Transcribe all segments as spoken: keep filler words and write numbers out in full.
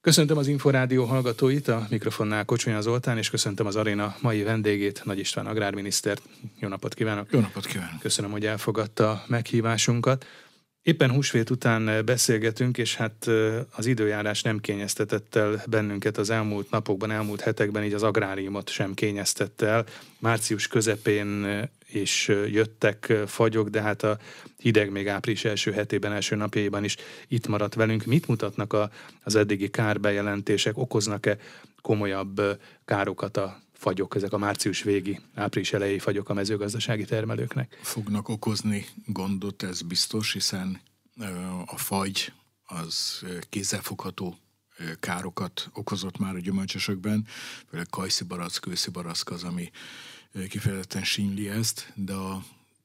Köszöntöm az Inforádió hallgatóit, a mikrofonnál Kocsonya Zoltán, és köszöntöm az aréna mai vendégét, Nagy István agrárminisztert. Jó napot kívánok! Jó napot kívánok! Köszönöm, hogy elfogadta a meghívásunkat. Éppen húsvét után beszélgetünk, és hát az időjárás nem kényeztetett el bennünket az elmúlt napokban, elmúlt hetekben, így az agráriumot sem kényeztette el. Március közepén is jöttek fagyok, de hát a hideg még április első hetében, első napjaiban is itt maradt velünk. Mit mutatnak a, az eddigi kárbejelentések? Okoznak-e komolyabb károkat a fagyok, ezek a március végi, április elejé fagyok a mezőgazdasági termelőknek? Fognak okozni gondot, ez biztos, hiszen a fagy az kézzelfogható károkat okozott már a gyümölcsösökben, főleg kajszibarack, őszibarack az, ami kifejezetten sínli ezt, de a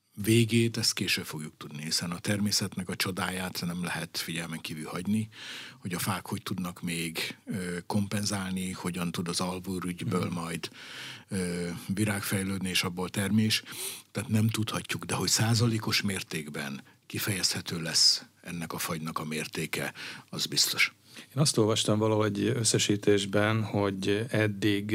végét ezt később fogjuk tudni, hiszen a természetnek a csodáját nem lehet figyelmen kívül hagyni, hogy a fák hogy tudnak még kompenzálni, hogyan tud az alvórügyből majd virágfejlődni és abból termés. Tehát nem tudhatjuk, de hogy százalékos mértékben kifejezhető lesz ennek a fagynak a mértéke, az biztos. Én azt olvastam valahogy összesítésben, hogy eddig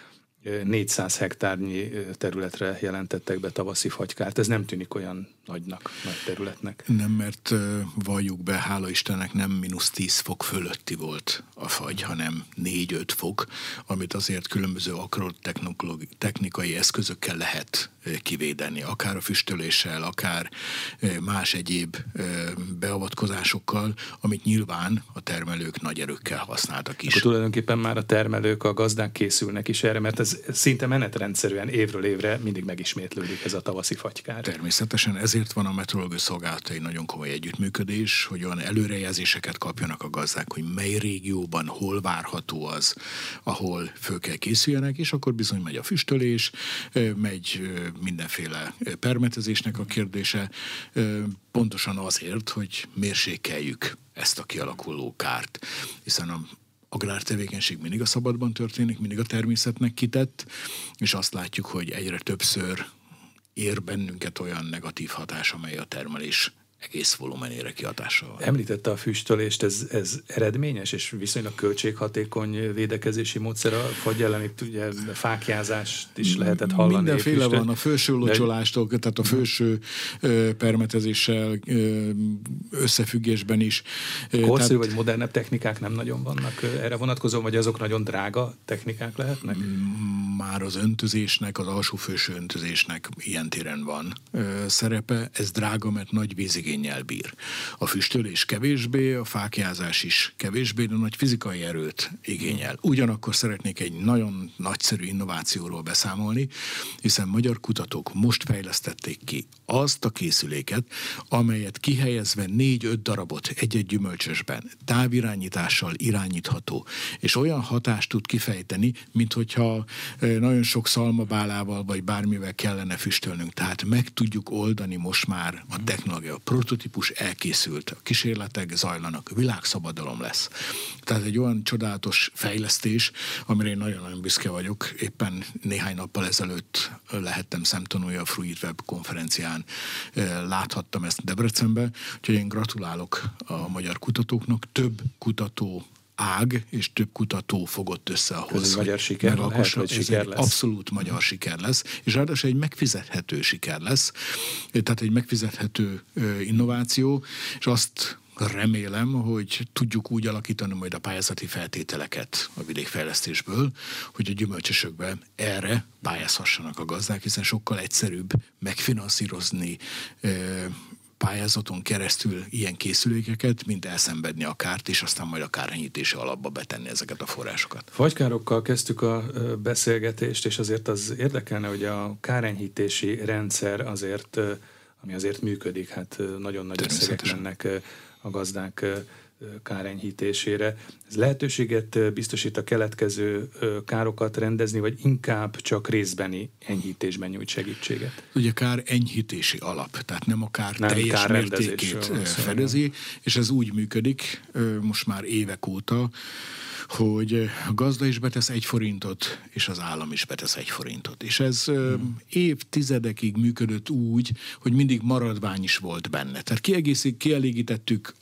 négyszáz hektárnyi területre jelentettek be tavaszi fagykárt. Ez nem tűnik olyan nagynak, nagy területnek. Nem, mert valljuk be, hála Istennek nem mínusz tíz fok fölötti volt a fagy, hanem négy-öt fok, amit azért különböző agrotechnikai eszközökkel lehet kivédeni, akár a füstöléssel, akár más egyéb beavatkozásokkal, amit nyilván a termelők nagy erőkkel használtak is. Akkor tulajdonképpen már a termelők, a gazdák készülnek is erre, mert ez szinte menetrendszerűen évről évre mindig megismétlődik ez a tavaszi fagykár. Természetesen ezért van a meteorológiai szolgálatai nagyon komoly együttműködés, hogy olyan előrejelzéseket kapjanak a gazdák, hogy mely régióban hol várható az, ahol föl kell készüljenek, és akkor bizony megy a füstölés, megy mindenféle permetezésnek a kérdése, pontosan azért, hogy mérsékeljük ezt a kialakuló kárt, hiszen a agrártevékenység mindig a szabadban történik, mindig a természetnek kitett, és azt látjuk, hogy egyre többször ér bennünket olyan negatív hatás, amely a termelés egész volumenére kihatással van. Említette a füstölést, ez, ez eredményes és viszonylag költséghatékony védekezési módszer a fagy ellen, itt ugye fáklyázást is lehetett hallani. Mindenféle van, a felső locsolástól, de... tehát a felső ö, permetezéssel ö, összefüggésben is. Korszerű tehát... vagy modernebb technikák nem nagyon vannak erre vonatkozóan, vagy azok nagyon drága technikák lehetnek? Már az öntözésnek, az alsó-felső öntözésnek ilyen téren van ö, szerepe. Ez drága, mert nagy vízigénnyel bír. A füstölés kevésbé, a fáklyázás is kevésbé, de nagy fizikai erőt igényel. Ugyanakkor szeretnék egy nagyon nagyszerű innovációról beszámolni, hiszen magyar kutatók most fejlesztették ki azt a készüléket, amelyet kihelyezve négy-öt darabot egy-egy gyümölcsösben távirányítással irányítható, és olyan hatást tud kifejteni, mint hogyha nagyon sok szalmabálával vagy bármivel kellene füstölnünk. Tehát meg tudjuk oldani most már a technológia. A prototípus elkészült, a kísérletek zajlanak, világszabadalom lesz. Tehát egy olyan csodálatos fejlesztés, amire én nagyon-nagyon büszke vagyok. Éppen néhány nappal ezelőtt lehettem szemtanúja a Fruit Web konferencián, láthattam ezt Debrecenben, úgyhogy én gratulálok a magyar kutatóknak. Több kutató ág és több kutató fogott össze ahhoz. Ez egy magyar siker lehet, hogy siker lesz. Abszolút magyar siker lesz, és ráadásul egy megfizethető siker lesz, tehát egy megfizethető innováció, és azt remélem, hogy tudjuk úgy alakítani majd a pályázati feltételeket a vidékfejlesztésből, hogy a gyümölcsösökben erre pályázhassanak a gazdák, hiszen sokkal egyszerűbb megfinanszírozni pályázaton keresztül ilyen készülékeket, mint elszenvedni a kárt, és aztán majd a kárenyhítési alapba betenni ezeket a forrásokat. Fagykárokkal kezdtük a beszélgetést, és azért az érdekelne, hogy a kárenyhítési rendszer azért, ami azért működik, hát nagyon nagy összegek mennek a gazdák kárenyhítésére. Ez lehetőséget biztosít a keletkező károkat rendezni, vagy inkább csak részbeni enyhítésben nyújt segítséget? Ugye kár enyhítési alap, tehát nem a kár nem, teljes kár mértékét fedezi, és ez úgy működik most már évek óta, hogy a gazda is betesz egy forintot, és az állam is betesz egy forintot. És ez hmm. évtizedekig működött úgy, hogy mindig maradvány is volt benne. Tehát kiegészít, kielégítettük a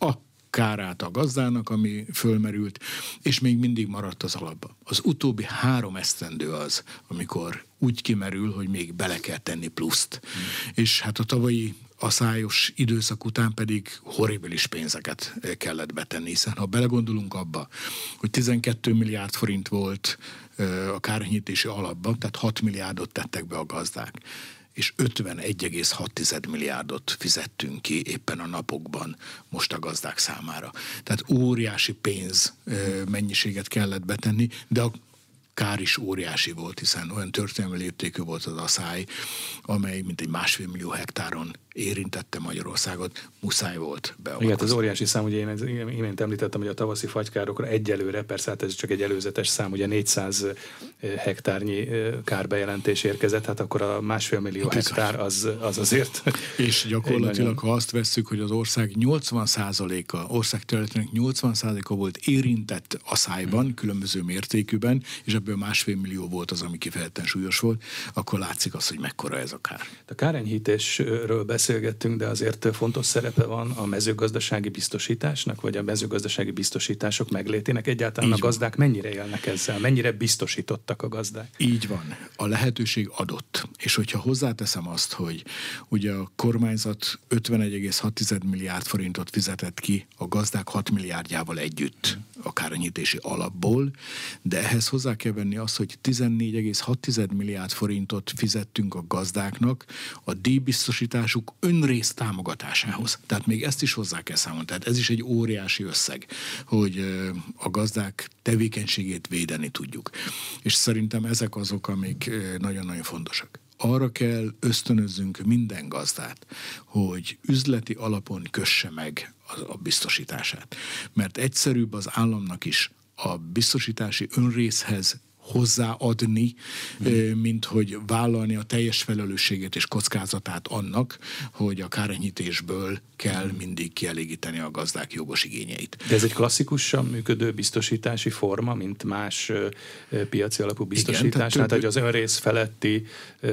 kárát a gazdának, ami fölmerült, és még mindig maradt az alapba. Az utóbbi három esztendő az, amikor úgy kimerül, hogy még bele kell tenni pluszt. Hmm. És hát a tavalyi aszályos időszak után pedig horribilis pénzeket kellett betenni, hiszen ha belegondolunk abba, hogy tizenkét milliárd forint volt a kárenyhítési alapban, tehát hat milliárdot tettek be a gazdák, és ötvenegy egész hat milliárdot fizettünk ki éppen a napokban most a gazdák számára. Tehát óriási pénz mennyiséget kellett betenni, de a kár is óriási volt, hiszen olyan történelmi léptékű volt az aszály, amely mintegy másfél millió hektáron érintette Magyarországot, muszáj volt beavatkozni. Igen, ez óriási szám, ugye én imént említettem, hogy a tavaszi fagykárokra egyelőre, persze hát ez csak egy előzetes szám, ugye négyszáz hektárnyi kárbejelentés érkezett, hát akkor a másfél millió hektár az, az azért... És gyakorlatilag, ha azt vesszük, hogy az ország nyolcvan százaléka, ország területének nyolcvan százaléka volt érintett aszályban, hmm. különböző mértékűben, és ebből másfél millió volt az, ami kifejezetten súlyos volt, akkor látszik az, hogy mekkora ez a kár. A kárenyhítésről beszélgettünk, de azért fontos szerepe van a mezőgazdasági biztosításnak, vagy a mezőgazdasági biztosítások meglétének. Egyáltalán Így a gazdák van. Mennyire élnek ezzel? Mennyire biztosítottak a gazdák? Így van. A lehetőség adott. És hogyha hozzáteszem azt, hogy ugye a kormányzat ötvenegy egész hat milliárd forintot fizetett ki a gazdák hat milliárdjával együtt a kárenyhítési alapból, de ehhez hozzá kell venni azt, hogy tizennégy egész hat milliárd forintot fizettünk a gazdáknak a díjbiztosításuk önrész támogatásához. Tehát még ezt is hozzá kell számolni. Tehát ez is egy óriási összeg, hogy a gazdák tevékenységét védeni tudjuk. És szerintem ezek azok, amik nagyon-nagyon fontosak. Arra kell ösztönözzünk minden gazdát, hogy üzleti alapon kösse meg a biztosítását. Mert egyszerűbb az államnak is a biztosítási önrészhez hozzáadni, hmm. mint hogy vállalni a teljes felelősséget és kockázatát annak, hogy a kárenyhítésből kell mindig kielégíteni a gazdák jogos igényeit. De ez egy klasszikusan működő biztosítási forma, mint más piaci alapú biztosítás? Tehát, hogy az önrész feletti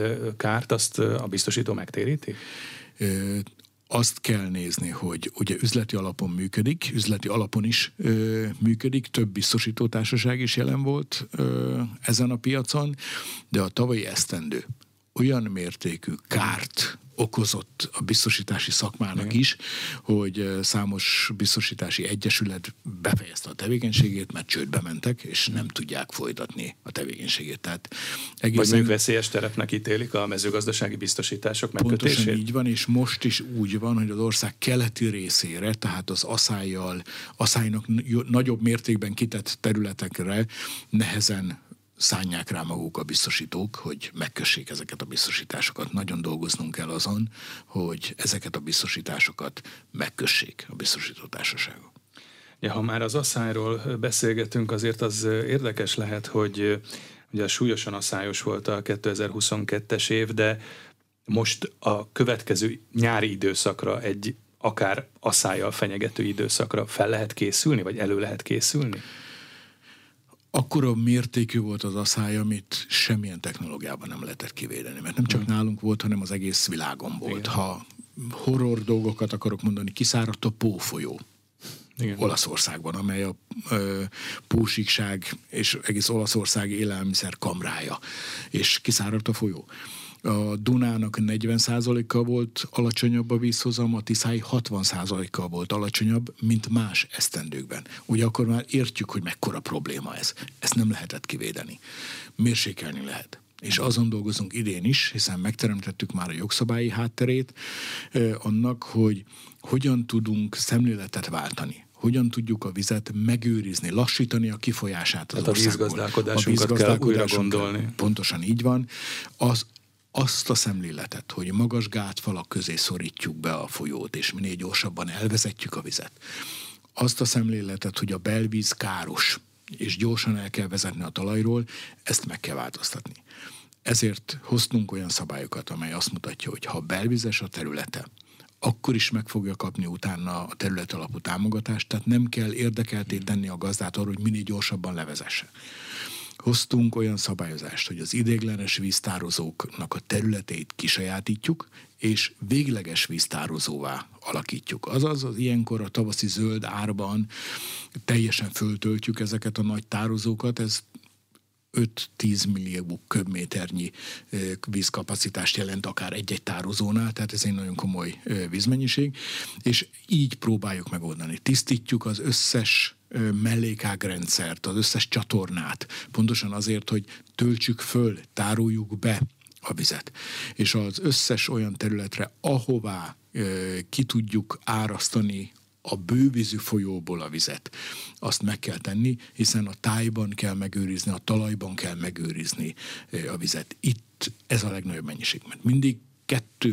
kárt azt a biztosító megtéríti? Azt kell nézni, hogy ugye üzleti alapon működik, üzleti alapon is ö, működik, több biztosítótársaság is jelen volt ö, ezen a piacon, de a tavalyi esztendő olyan mértékű kárt okozott a biztosítási szakmának Igen. is, hogy számos biztosítási egyesület befejezte a tevékenységét, mert csődbe mentek, és nem tudják folytatni a tevékenységét. Tehát egészen... Vagy még veszélyes terepnek ítélik a mezőgazdasági biztosítások megkötését? Pontosan így van, és most is úgy van, hogy az ország keleti részére, tehát az aszályjal, aszálynak nagyobb mértékben kitett területekre nehezen szánják rá maguk a biztosítók, hogy megkössék ezeket a biztosításokat. Nagyon dolgoznunk kell azon, hogy ezeket a biztosításokat megkössék a biztosítótársaságok. Ja, ha már az aszályról beszélgetünk, azért az érdekes lehet, hogy ugye súlyosan aszályos volt a kétezer-huszonkettes év, de most a következő nyári időszakra, egy akár aszályjal fenyegető időszakra fel lehet készülni, vagy elő lehet készülni? Akkora mértékű volt az aszály, amit semmilyen technológiában nem lehetett kivédeni, mert nem csak hmm. nálunk volt, hanem az egész világon volt. Igen. Ha horror dolgokat akarok mondani, kiszáradt a Pó folyó. Igen. Olaszországban, amely a ö, pósíkság és egész Olaszország élelmiszer kamrája, és kiszáradt a folyó. A Dunának negyven százalékkal volt alacsonyabb a vízhozam, a Tiszái hatvan százalékkal volt alacsonyabb, mint más esztendőkben. Ugye akkor már értjük, hogy mekkora probléma ez. Ezt nem lehetett kivédeni. Mérsékelni lehet. És azon dolgozunk idén is, hiszen megteremtettük már a jogszabályi hátterét eh, annak, hogy hogyan tudunk szemléletet váltani. Hogyan tudjuk a vizet megőrizni, lassítani a kifolyását az hát országból. A vízgazdálkodásunkat kell újra gondolni. Pontosan így van. Az azt a szemléletet, hogy magas gátfalak közé szorítjuk be a folyót, és minél gyorsabban elvezetjük a vizet. Azt a szemléletet, hogy a belvíz káros, és gyorsan el kell vezetni a talajról, ezt meg kell változtatni. Ezért hoztunk olyan szabályokat, amely azt mutatja, hogy ha belvizes a területe, akkor is meg fogja kapni utána a terület alapú támogatást, tehát nem kell érdekelté tenni a gazdát arra, hogy minél gyorsabban levezesse. hoztunk olyan szabályozást, hogy az ideiglenes víztározóknak a területeit kisajátítjuk, és végleges víztározóvá alakítjuk. Azaz, az ilyenkor a tavaszi zöld árban teljesen föltöltjük ezeket a nagy tározókat, ez öt-tíz millió köbméternyi vízkapacitást jelent akár egy-egy tározónál, tehát ez egy nagyon komoly vízmennyiség, és így próbáljuk megoldani. Tisztítjuk az összes mellékágrendszert, az összes csatornát, pontosan azért, hogy töltsük föl, tároljuk be a vizet. És az összes olyan területre, ahová ki tudjuk árasztani a bővízű folyóból a vizet, azt meg kell tenni, hiszen a tájban kell megőrizni, a talajban kell megőrizni a vizet. Itt ez a legnagyobb mennyiség, mert mindig kettő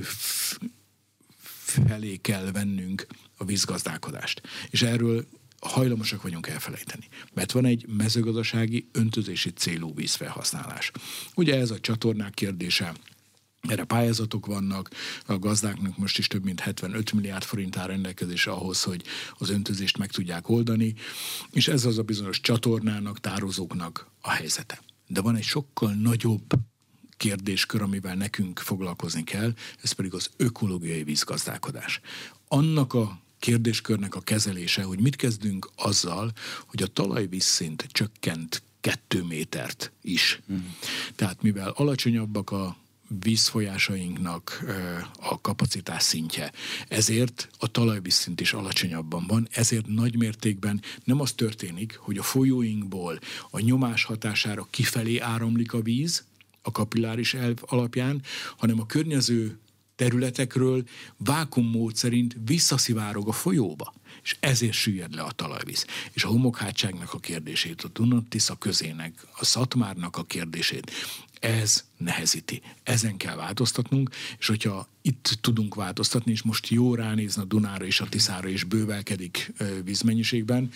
felé kell vennünk a vízgazdálkodást. És erről hajlamosak vagyunk elfelejteni. Mert van egy mezőgazdasági öntözési célú vízfelhasználás. Ugye ez a csatornák kérdése, erre pályázatok vannak, a gazdáknak most is több mint hetvenöt milliárd forint áll rendelkezésre ahhoz, hogy az öntözést meg tudják oldani, és ez az a bizonyos csatornának, tározóknak a helyzete. De van egy sokkal nagyobb kérdéskör, amivel nekünk foglalkozni kell, ez pedig az ökológiai vízgazdálkodás. Annak a kérdéskörnek a kezelése, hogy mit kezdünk azzal, hogy a talajvízszint csökkent kettő métert is. Mm. Tehát mivel alacsonyabbak a vízfolyásainknak a kapacitás szintje. Ezért a talajvízszint is alacsonyabban van, ezért nagy mértékben nem az történik, hogy a folyóinkból a nyomás hatására kifelé áramlik a víz, a kapilláris elv alapján, hanem a környező területekről vákummód szerint visszaszivárog a folyóba, és ezért süllyed le a talajvíz. És a homokhátságnak a kérdését, a Duna-Tisza közének, a Szatmárnak a kérdését, ez nehezíti. Ezen kell változtatnunk, és hogyha itt tudunk változtatni, és most jó ránézni a Dunára és a Tiszára, és bővelkedik vízmennyiségben,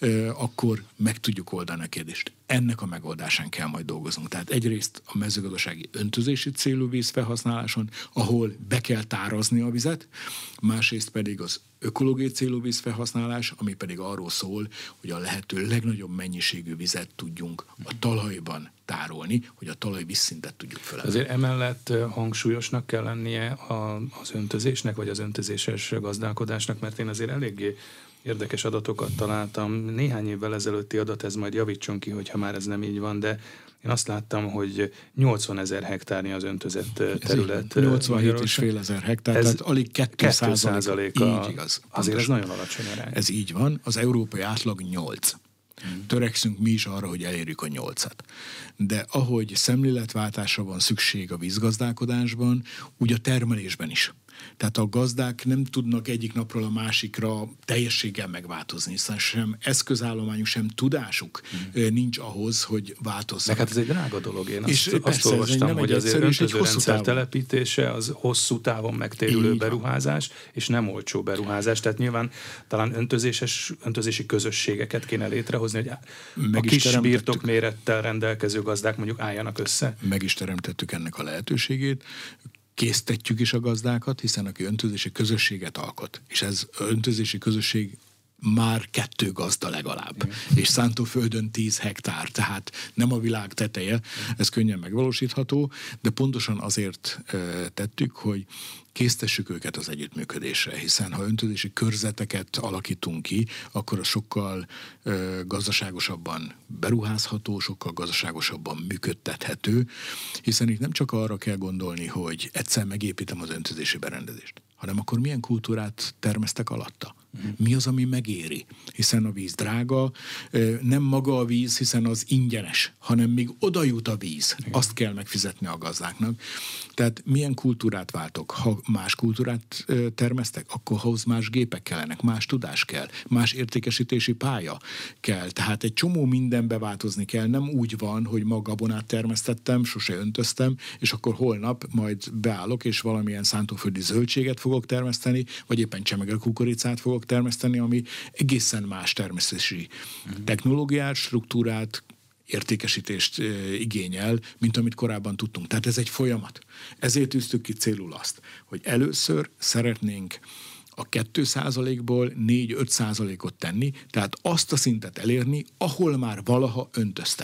akkor meg tudjuk oldani a kérdést. Ennek a megoldásán kell majd dolgoznunk. Tehát egyrészt a mezőgazdasági öntözési célú vízfelhasználáson, ahol be kell tárazni a vizet, másrészt pedig az ökológiai célú vízfelhasználás, ami pedig arról szól, hogy a lehető legnagyobb mennyiségű vizet tudjunk a talajban tárolni, hogy a talaj vízszintet tudjuk fölemelni. Azért emellett hangsúlyosnak kell lennie a, az öntözésnek, vagy az öntözéses gazdálkodásnak, mert én azért eléggé érdekes adatokat találtam. Néhány évvel ezelőtti adat, ez majd javítson ki, hogyha már ez nem így van, de én azt láttam, hogy nyolcvanezer hektárnyi az öntözett terület. nyolcvanhét és fél ezer hektár, ez tehát alig kettő százalék. Így igaz. Azért ez nagyon alacsony arány. Ez így van, az európai átlag nyolc. Hmm. Törekszünk mi is arra, hogy elérjük a nyolcat. De ahogy szemléletváltásra van szükség a vízgazdálkodásban, úgy a termelésben is. Tehát a gazdák nem tudnak egyik napról a másikra teljességgel megváltozni, hiszen sem eszközállományuk, sem tudásuk hmm. nincs ahhoz, hogy változzanak. Meg hát ez egy drága dolog. Én azt, és azt olvastam, hogy azért öntözőrendszer telepítése az hosszú távon megtérülő beruházás, és nem olcsó beruházás. Tehát nyilván talán öntözéses, öntözési közösségeket kéne létrehozni, hogy meg a kis birtokmérettel rendelkező gazdák mondjuk álljanak össze. Meg is teremtettük ennek a lehetőségét. Késztetjük is a gazdákat, hiszen aki öntözési közösséget alkot, és ez öntözési közösség már kettő gazda legalább, mm. és szántóföldön tíz hektár, tehát nem a világ teteje, mm. ez könnyen megvalósítható, de pontosan azért e, tettük, hogy késztessük őket az együttműködésre, hiszen ha öntözési körzeteket alakítunk ki, akkor az sokkal e, gazdaságosabban beruházható, sokkal gazdaságosabban működtethető, hiszen itt nem csak arra kell gondolni, hogy egyszer megépítem az öntözési berendezést, hanem akkor milyen kultúrát termesztek alatta? Mi az, ami megéri? Hiszen a víz drága, nem maga a víz, hiszen az ingyenes, hanem még oda jut a víz. Azt kell megfizetni a gazdáknak. Tehát milyen kultúrát váltok? Ha más kultúrát termesztek, akkor ahhoz más gépek kellenek, más tudás kell, más értékesítési pálya kell. Tehát egy csomó mindenbe változni kell. Nem úgy van, hogy ma gabonát termesztettem, sose öntöztem, és akkor holnap majd beállok, és valamilyen szántóföldi zöldséget fogok termeszteni, vagy éppen csemege kukoricát fogok termeszteni, ami egészen más termesztési uh-huh. technológiát, struktúrát, értékesítést e, igényel, mint amit korábban tudtunk. Tehát ez egy folyamat. Ezért tűztük ki célul azt, hogy először szeretnénk a két százalékból négy-öt százalékot tenni, tehát azt a szintet elérni, ahol már valaha öntöztek.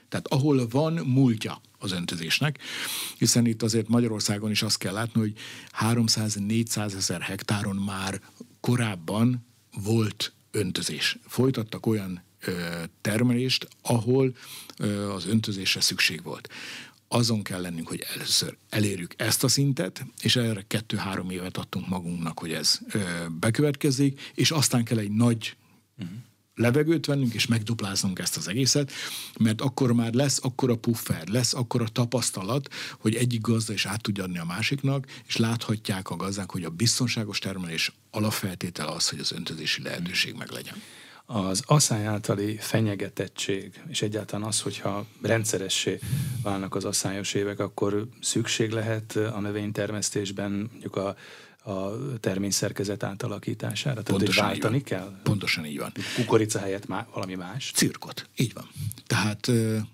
Tehát ahol van múltja az öntözésnek, hiszen itt azért Magyarországon is azt kell látni, hogy háromszáz-négyszázezer hektáron már korábban volt öntözés. Folytattak olyan ö, termelést, ahol ö, az öntözésre szükség volt. Azon kell lennünk, hogy először elérjük ezt a szintet, és erre kettő-három évet adtunk magunknak, hogy ez ö, bekövetkezik, és aztán kell egy nagy uh-huh. levegőt vennünk, és megdupláznunk ezt az egészet, mert akkor már lesz akkora puffer, lesz akkora tapasztalat, hogy egyik gazda is át tudja adni a másiknak, és láthatják a gazdák, hogy a biztonságos termelés alapfeltétele az, hogy az öntözési lehetőség meg legyen. Az asszály általi fenyegetettség, és egyáltalán az, hogyha rendszeressé válnak az asszályos évek, akkor szükség lehet a növénytermesztésben mondjuk a, a terményszerkezet átalakítására? Tehát, hogy váltani kell? Pontosan így van. Kukorica helyett má, valami más? Cirkot, így van. Tehát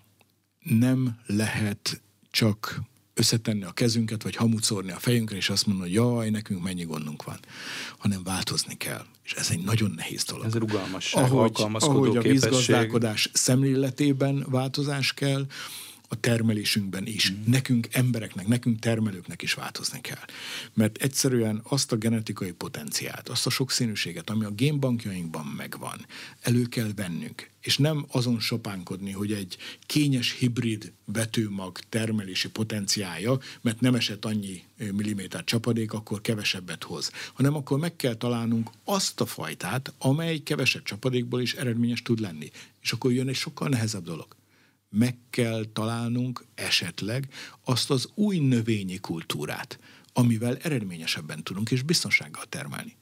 nem lehet csak összetenni a kezünket, vagy hamut szórni a fejünkre, és azt mondani, hogy jaj, nekünk mennyi gondunk van, hanem változni kell. És ez egy nagyon nehéz dolog. Ez rugalmasság, ahogy, alkalmazkodó ahogy a képesség. vízgazdálkodás szemléletében változás kell, a termelésünkben is. Mm. Nekünk embereknek, nekünk termelőknek is változni kell. Mert egyszerűen azt a genetikai potenciált, azt a sokszínűséget, ami a génbankjainkban megvan, elő kell vennünk. És nem azon sopánkodni, hogy egy kényes hibrid vetőmag termelési potenciálja, mert nem esett annyi milliméter csapadék, akkor kevesebbet hoz. Hanem akkor meg kell találnunk azt a fajtát, amely kevesebb csapadékból is eredményes tud lenni. És akkor jön egy sokkal nehezebb dolog. Meg kell találnunk esetleg azt az új növényi kultúrát, amivel eredményesebben tudunk és biztonsággal termelni.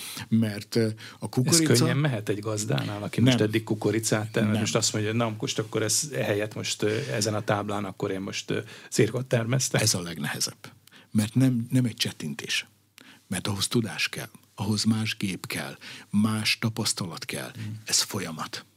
Mert a kukorica... Ez könnyen mehet egy gazdánál, aki nem. most eddig kukoricát termel, most azt mondja, hogy na, most akkor ez ehelyett most ezen a táblán, akkor én most cirkot termesztem. Ez a legnehezebb. Mert nem, nem egy csettintés. Mert ahhoz tudás kell, ahhoz más gép kell, más tapasztalat kell. Hmm. Ez folyamat.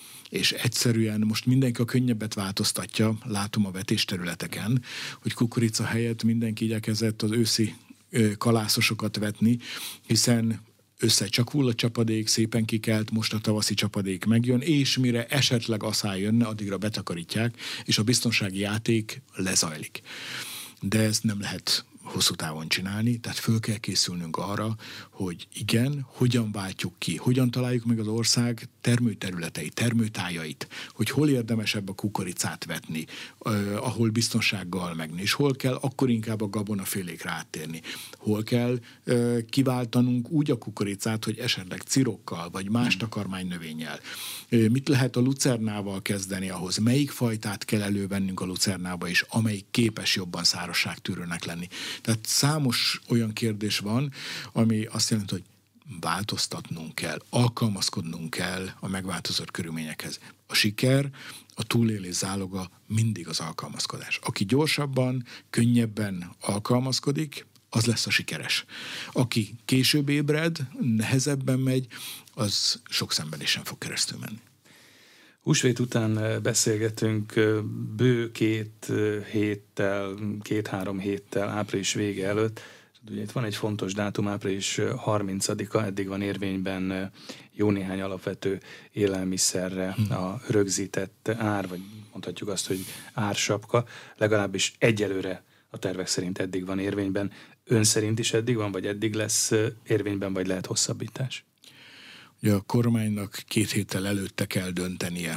És egyszerűen most mindenki a könnyebbet változtatja, látom a vetésterületeken, hogy kukorica helyett mindenki igyekezett az őszi kalászosokat vetni, hiszen összecsakul a csapadék, szépen kikelt, most a tavaszi csapadék megjön, és mire esetleg asszály jönne, addigra betakarítják, és a biztonsági játék lezajlik. De ezt nem lehet hosszú távon csinálni, tehát föl kell készülnünk arra, hogy igen, hogyan váltjuk ki, hogyan találjuk meg az ország termőterületeit, termőtájait, hogy hol érdemesebb a kukoricát vetni, eh, ahol biztonsággal megni, és hol kell akkor inkább a gabonafélékre áttérni, hol kell eh, kiváltanunk úgy a kukoricát, hogy esetleg cirokkal, vagy más takarmánynövényel. Eh, mit lehet a lucernával kezdeni ahhoz, melyik fajtát kell elővennünk a lucernába is, amelyik képes jobban szárazságtűrőnek lenni. Tehát számos olyan kérdés van, ami azt jelenti, hogy változtatnunk kell, alkalmazkodnunk kell a megváltozott körülményekhez. A siker, a túlélés záloga mindig az alkalmazkodás. Aki gyorsabban, könnyebben alkalmazkodik, az lesz a sikeres. Aki később ébred, nehezebben megy, az sok szenvedésen fog keresztül menni. Húsvét után beszélgetünk bő két héttel, két-három héttel, április vége előtt. Ugye itt van egy fontos dátum, április harmincadika, eddig van érvényben jó néhány alapvető élelmiszerre a rögzített ár, vagy mondhatjuk azt, hogy ársapka, legalábbis egyelőre a tervek szerint eddig van érvényben. Ön szerint is eddig van, vagy eddig lesz érvényben, vagy lehet hosszabbítás? Ugye a kormánynak két héttel előtte kell döntenie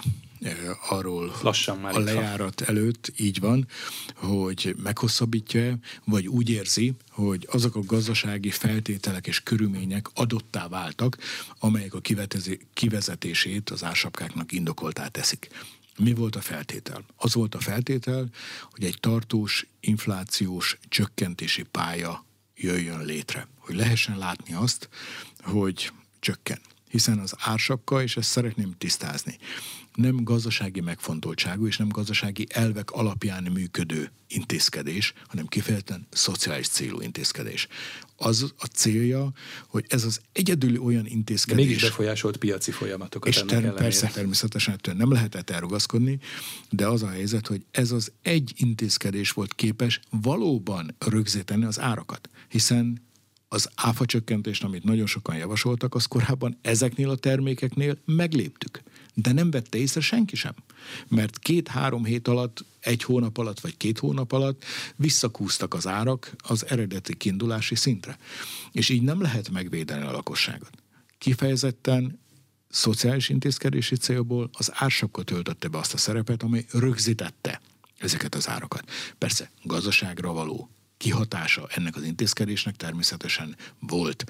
arról Lassan már a lejárat van. Előtt, így van, hogy meghosszabbítja, vagy úgy érzi, hogy azok a gazdasági feltételek és körülmények adottá váltak, amelyek a kivezetését az ársapkáknak indokoltá teszik. Mi volt a feltétel? Az volt a feltétel, hogy egy tartós, inflációs csökkentési pálya jöjjön létre. Hogy lehessen látni azt, hogy csökken. Hiszen az ársapka, és ezt szeretném tisztázni, nem gazdasági megfontoltságú és nem gazdasági elvek alapján működő intézkedés, hanem kifejezetten szociális célú intézkedés. Az a célja, hogy ez az egyedüli olyan intézkedés... De mégis befolyásolt piaci folyamatokat. És term- persze természetesen ettől nem lehetett elrugaszkodni, de az a helyzet, hogy ez az egy intézkedés volt képes valóban rögzíteni az árakat, hiszen az áfa csökkentést, amit nagyon sokan javasoltak, az korábban ezeknél a termékeknél megléptük. de nem vette észre senki sem. Mert két-három hét alatt, egy hónap alatt, vagy két hónap alatt visszakúztak az árak az eredeti kiindulási szintre. És így nem lehet megvédeni a lakosságot. Kifejezetten szociális intézkedési célból az ársapka töltötte be azt a szerepet, ami rögzítette ezeket az árakat. Persze gazdaságra való kihatása ennek az intézkedésnek természetesen volt.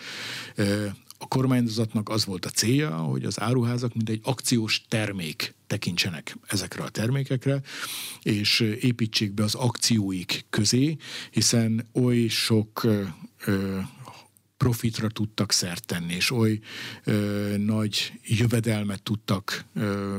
A kormányzatnak az volt a célja, hogy az áruházak mint egy akciós termék tekintsenek ezekre a termékekre, és építsék be az akcióik közé, hiszen oly sok ö, profitra tudtak szert tenni, és oly ö, nagy jövedelmet tudtak ö,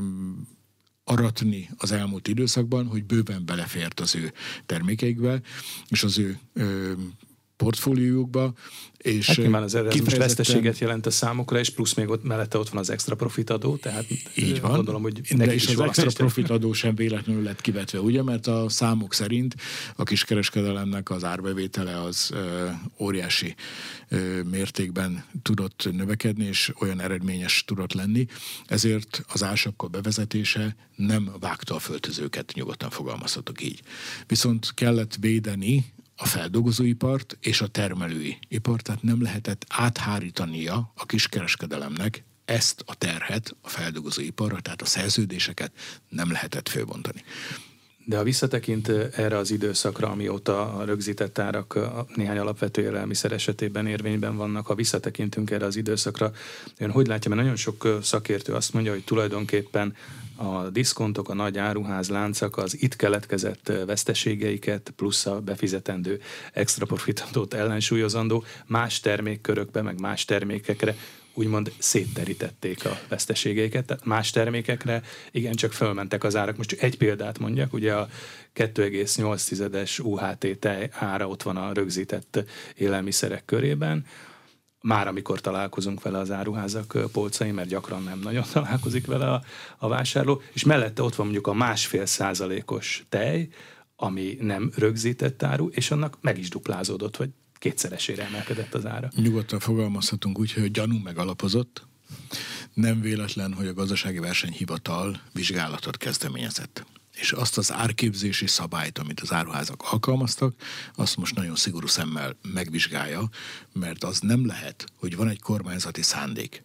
aratni az elmúlt időszakban, hogy bőven belefért az ő termékeikbe, és az ő ö, portfóliójukba. És hát nyilván az erre most veszteséget jelent a számokra, és plusz még ott mellette ott van az extra profit adó, tehát így van, gondolom, hogy de és az extra profit adó sem véletlenül lett kivetve, ugye, mert a számok szerint a kiskereskedelemnek az árbevétele az ö, óriási ö, mértékben tudott növekedni, és olyan eredményes tudott lenni, ezért az ársapka bevezetése nem vágta a földtözőket, nyugodtan fogalmazhatok így. Viszont kellett védeni a feldolgozóipart és a termelői ipart, tehát nem lehetett áthárítania a kiskereskedelemnek ezt a terhet a feldolgozóiparra, tehát a szerződéseket nem lehetett fölbontani. De ha visszatekint erre az időszakra, amióta a rögzített árak néhány alapvető élelmiszer esetében érvényben vannak, ha visszatekintünk erre az időszakra, ön hogy látja, mert nagyon sok szakértő azt mondja, hogy tulajdonképpen a diszkontok, a nagy áruház láncak az itt keletkezett veszteségeiket plusz a befizetendő extra profitot ellensúlyozandó más termékkörökbe, meg más termékekre úgymond szétterítették a veszteségeiket, tehát más termékekre igencsak fölmentek az árak. Most csak egy példát mondjak, ugye a kettő egész nyolc u há té tej ára ott van a rögzített élelmiszerek körében, már amikor találkozunk vele az áruházak polcain, mert gyakran nem nagyon találkozik vele a, a vásárló, és mellette ott van mondjuk a másfél százalékos tej, ami nem rögzített áru, és annak meg is duplázódott, vagy kétszeresére emelkedett az ára. Nyugodtan fogalmazhatunk úgy, hogy gyanú megalapozott. Nem véletlen, hogy a Gazdasági Versenyhivatal vizsgálatot kezdeményezett. És azt az árképzési szabályt, amit az áruházak alkalmaztak, azt most nagyon szigorú szemmel megvizsgálja, mert az nem lehet, hogy van egy kormányzati szándék,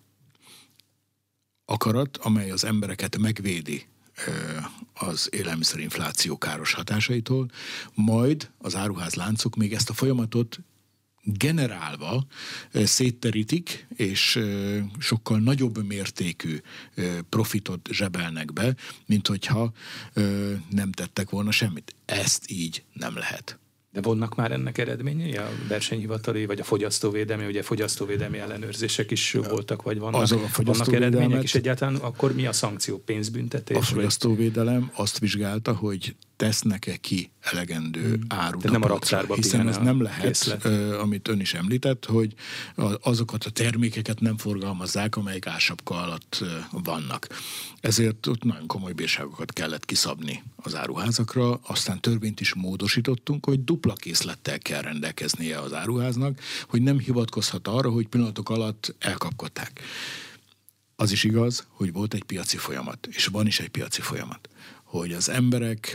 akarat, amely az embereket megvédi az élelmiszerinfláció káros hatásaitól, majd az áruházláncok még ezt a folyamatot generálva szétterítik, és sokkal nagyobb mértékű profitot zsebelnek be, mint hogyha nem tettek volna semmit. Ezt így nem lehet. De vannak már ennek eredményei? A versenyhivatali, vagy a fogyasztóvédelmi, ugye fogyasztóvédelmi ellenőrzések is voltak, vagy vannak, az a vannak eredmények, és egyáltalán akkor mi a szankció? Pénzbüntetés? A fogyasztóvédelem azt vizsgálta, hogy tesznek-e ki elegendő hmm. árut a polcra, hiszen ez nem lehet, uh, amit ön is említett, hogy azokat a termékeket nem forgalmazzák, amelyek ársapka alatt uh, vannak. Ezért ott nagyon komoly bírságokat kellett kiszabni az áruházakra, aztán törvényt is módosítottunk, hogy dupla készlettel kell rendelkeznie az áruháznak, hogy nem hivatkozhat arra, hogy pillanatok alatt elkapkodták. Az is igaz, hogy volt egy piaci folyamat, és van is egy piaci folyamat, hogy az emberek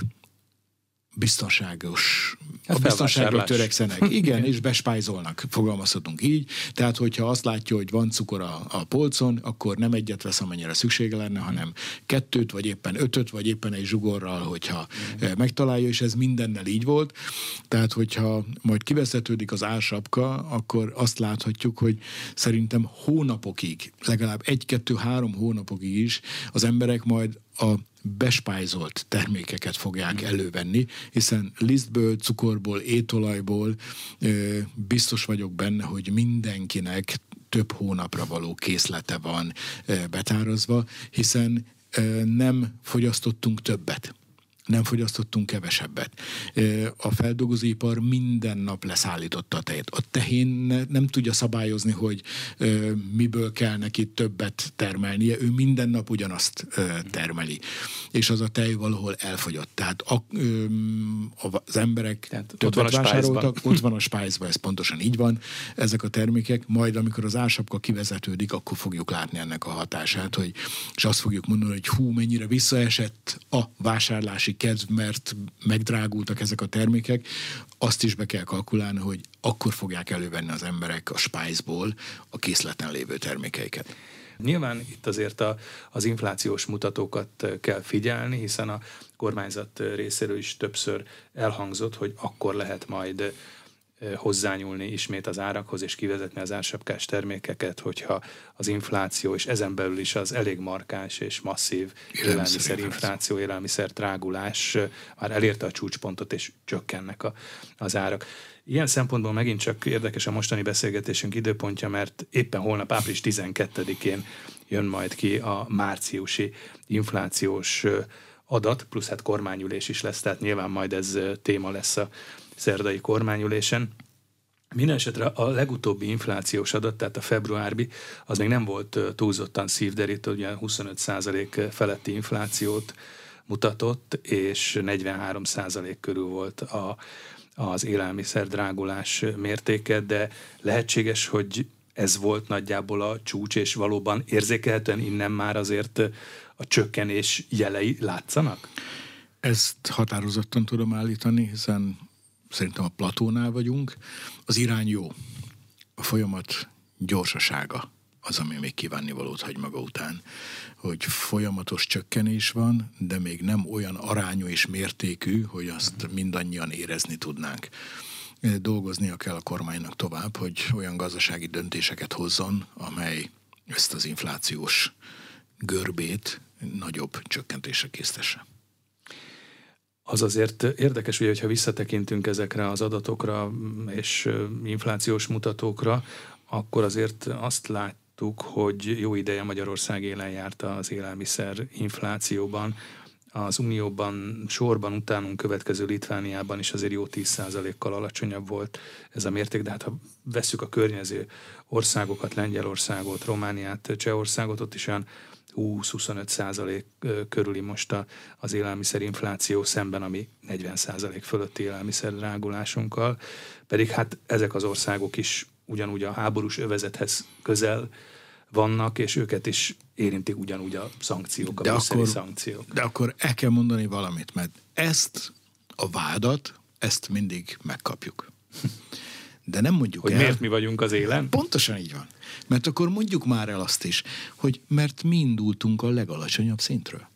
biztonságos, hát a biztonságra törekszenek. Igen, és bespájzolnak, fogalmazhatunk így. Tehát, hogyha azt látja, hogy van cukor a, a polcon, akkor nem egyet vesz, amennyire szüksége lenne, hanem kettőt, vagy éppen ötöt, vagy éppen egy zsugorral, hogyha mm. megtalálja, és ez mindennel így volt. Tehát, hogyha majd kivezetődik az ársapka, akkor azt láthatjuk, hogy szerintem hónapokig, legalább egy-kettő-három hónapokig is az emberek majd a bespájzolt termékeket fogják elővenni, hiszen lisztből, cukorból, étolajból ö, biztos vagyok benne, hogy mindenkinek több hónapra való készlete van ö, betárazva, hiszen ö, nem fogyasztottunk többet. nem fogyasztottunk kevesebbet. A feldolgozóipar minden nap leszállította a tejet. A tehén nem tudja szabályozni, hogy miből kell neki többet termelnie, ő minden nap ugyanazt termeli. És az a tej valahol elfogyott. Tehát a, az emberek Tehát többet ott van vásároltak, ott van a Spice-ban, ez pontosan így van, ezek a termékek, majd amikor az ársapka kivezetődik, akkor fogjuk látni ennek a hatását, hogy, és azt fogjuk mondani, hogy hú, mennyire visszaesett a vásárlási kedv, mert megdrágultak ezek a termékek, azt is be kell kalkulálni, hogy akkor fogják elővenni az emberek a Spice-ból a készleten lévő termékeiket. Nyilván itt azért a, az inflációs mutatókat kell figyelni, hiszen a kormányzat részéről is többször elhangzott, hogy akkor lehet majd hozzányúlni ismét az árakhoz, és kivezetni az ársapkás termékeket, hogyha az infláció, és ezen belül is az elég markáns és masszív élelmiszerinfláció, élelmiszer drágulás már elérte a csúcspontot, és csökkennek a, az árak. Ilyen szempontból megint csak érdekes a mostani beszélgetésünk időpontja, mert éppen holnap április tizenkettedikén jön majd ki a márciusi inflációs adat, plusz hát kormányülés is lesz, tehát nyilván majd ez téma lesz a szerdai kormányülésen. Mindenesetre a legutóbbi inflációs adat, tehát a februárbi, az még nem volt túlzottan szívderítő, ugye huszonöt százalék feletti inflációt mutatott, és negyvenhárom százalék körül volt a, az élelmiszer drágulás mértéke, de lehetséges, hogy ez volt nagyjából a csúcs, és valóban érzékelhetően innen már azért a csökkenés jelei látszanak? Ezt határozottan tudom állítani, hiszen szerintem a platónál vagyunk. Az irány jó. A folyamat gyorsasága az, ami még kívánnivalót hagy maga után. Hogy folyamatos csökkenés van, de még nem olyan arányú és mértékű, hogy azt mindannyian érezni tudnánk. Dolgoznia kell a kormánynak tovább, hogy olyan gazdasági döntéseket hozzon, amely ezt az inflációs görbét nagyobb csökkentésre késztesse. Az azért érdekes, ugye, hogyha visszatekintünk ezekre az adatokra és inflációs mutatókra, akkor azért azt láttuk, hogy jó ideje Magyarország élen járt az élelmiszer inflációban. Az Unióban sorban utánunk következő Litvániában is azért jó tíz százalékkal alacsonyabb volt ez a mérték, de hát ha vesszük a környező országokat, Lengyelországot, Romániát, Csehországot, ott is olyan húsz-huszonöt százalék körüli most a, az élelmiszerinfláció szemben, ami negyven százalék fölötti élelmiszer drágulásunkkal. Pedig hát ezek az országok is ugyanúgy a háborús övezethez közel vannak, és őket is érintik ugyanúgy a szankciók, a de brüsszeli akkor, szankciók. De akkor el kell mondani valamit, mert ezt a vádat, ezt mindig megkapjuk. De nem mondjuk hogy el... miért mi vagyunk az élen? Pontosan így van. Mert akkor mondjuk már el azt is, hogy mert mi indultunk a legalacsonyabb szintről.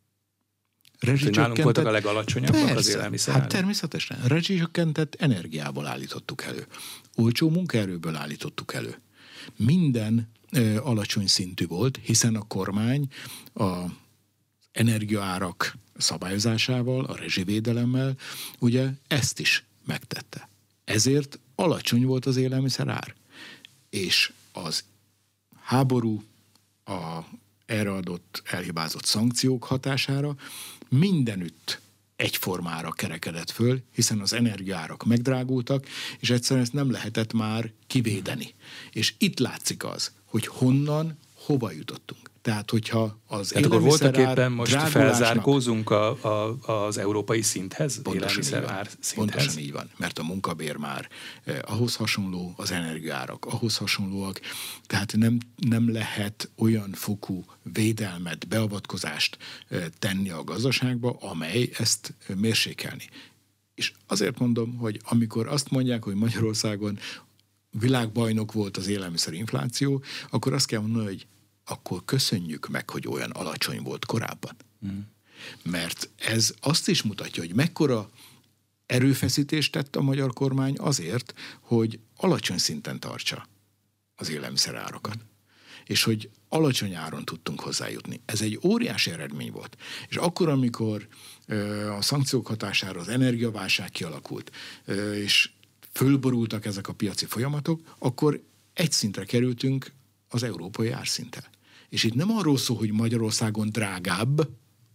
Nálunk voltak a legalacsonyabbak az élelmiszer. Hát természetesen. Rezsicsökkentett energiából állítottuk elő. Olcsó munkaerőből állítottuk elő. Minden ö, alacsony szintű volt, hiszen a kormány a energiaárak szabályozásával, a rezsivédelemmel ugye ezt is megtette. Ezért alacsony volt az élelmiszer ár. És az háború, a erre adott elhibázott szankciók hatására mindenütt egyformára kerekedett föl, hiszen az energiaárak megdrágultak, és egyszerűen ezt nem lehetett már kivédeni. És itt látszik az, hogy honnan, hova jutottunk. Tehát, hogyha az Tehát akkor voltak éppen most felzárkózunk a, a, az európai szinthez, élelmiszer ár szinthez? Pontosan így van, mert a munkabér már eh, ahhoz hasonló, az energiaárak ahhoz hasonlóak, tehát nem, nem lehet olyan fokú védelmet, beavatkozást eh, tenni a gazdaságba, amely ezt eh, mérsékelni. És azért mondom, hogy amikor azt mondják, hogy Magyarországon világbajnok volt az élelmiszerinfláció, akkor azt kell mondani, hogy akkor köszönjük meg, hogy olyan alacsony volt korábban. Mm. Mert ez azt is mutatja, hogy mekkora erőfeszítést tett a magyar kormány azért, hogy alacsony szinten tartsa az élelmiszerárakat. Mm. És hogy alacsony áron tudtunk hozzájutni. Ez egy óriási eredmény volt. És akkor, amikor ö, a szankciók hatására az energiaválság kialakult, ö, és fölborultak ezek a piaci folyamatok, akkor egy szintre kerültünk az európai árszinten. És itt nem arról szól, hogy Magyarországon drágább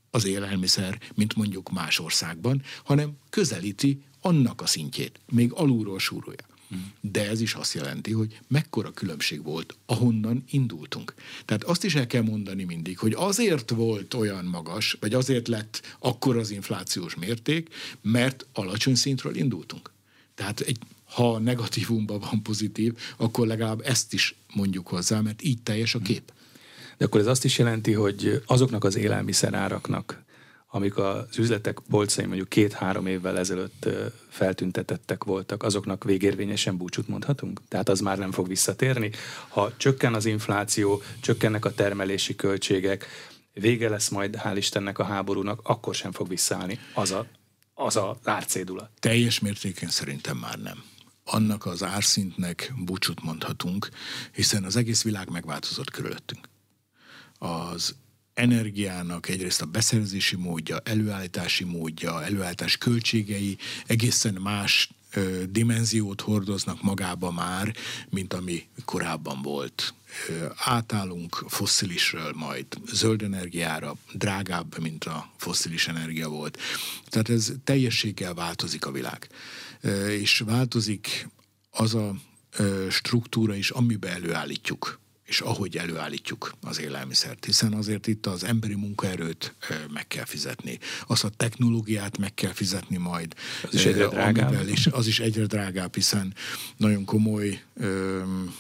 az élelmiszer, mint mondjuk más országban, hanem közelíti annak a szintjét, még alulról súrolja. De ez is azt jelenti, hogy mekkora különbség volt, ahonnan indultunk. Tehát azt is el kell mondani mindig, hogy azért volt olyan magas, vagy azért lett akkor az inflációs mérték, mert alacsony szintről indultunk. Tehát egy, ha negatívumban van pozitív, akkor legalább ezt is mondjuk hozzá, mert így teljes a kép. De akkor ez azt is jelenti, hogy azoknak az élelmiszeráraknak, amik az üzletek polcain mondjuk két-három évvel ezelőtt feltüntetettek voltak, azoknak végérvényesen búcsút mondhatunk? Tehát az már nem fog visszatérni? Ha csökken az infláció, csökkennek a termelési költségek, vége lesz majd, hál' Istennek, a háborúnak, akkor sem fog visszaállni az a, az a árcédula. Teljes mértéken szerintem már nem. Annak az árszintnek búcsút mondhatunk, hiszen az egész világ megváltozott körülöttünk. Az energiának egyrészt a beszerzési módja, előállítási módja, előállítás költségei egészen más ö, dimenziót hordoznak magába már, mint ami korábban volt. Ö, átállunk fosszilisről majd zöld energiára, drágább, mint a fosszilis energia volt. Tehát ez teljességgel változik a világ. Ö, és változik az a ö, struktúra is, amiben előállítjuk és ahogy előállítjuk az élelmiszert, hiszen azért itt az emberi munkaerőt meg kell fizetni. Azt a technológiát meg kell fizetni majd. Az is egyre drágább. Amivel, és az is egyre drágább, hiszen nagyon komoly öm,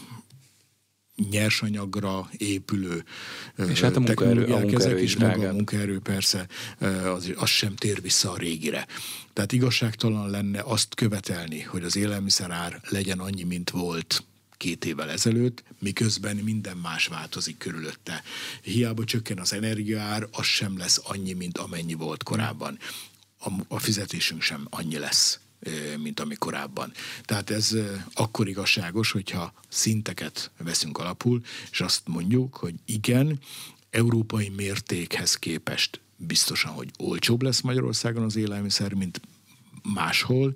nyersanyagra épülő és hát a munkaerő, a munkaerő is drágább. Maga a munkaerő persze, az, az sem tér vissza a régire. Tehát igazságtalan lenne azt követelni, hogy az élelmiszerár legyen annyi, mint volt két évvel ezelőtt, miközben minden más változik körülötte. Hiába csökken az energiaár, az sem lesz annyi, mint amennyi volt korábban. A, a fizetésünk sem annyi lesz, mint ami korábban. Tehát ez akkor igazságos, hogyha szinteket veszünk alapul, és azt mondjuk, hogy igen, európai mértékhez képest biztosan, hogy olcsóbb lesz Magyarországon az élelmiszer, mint máshol,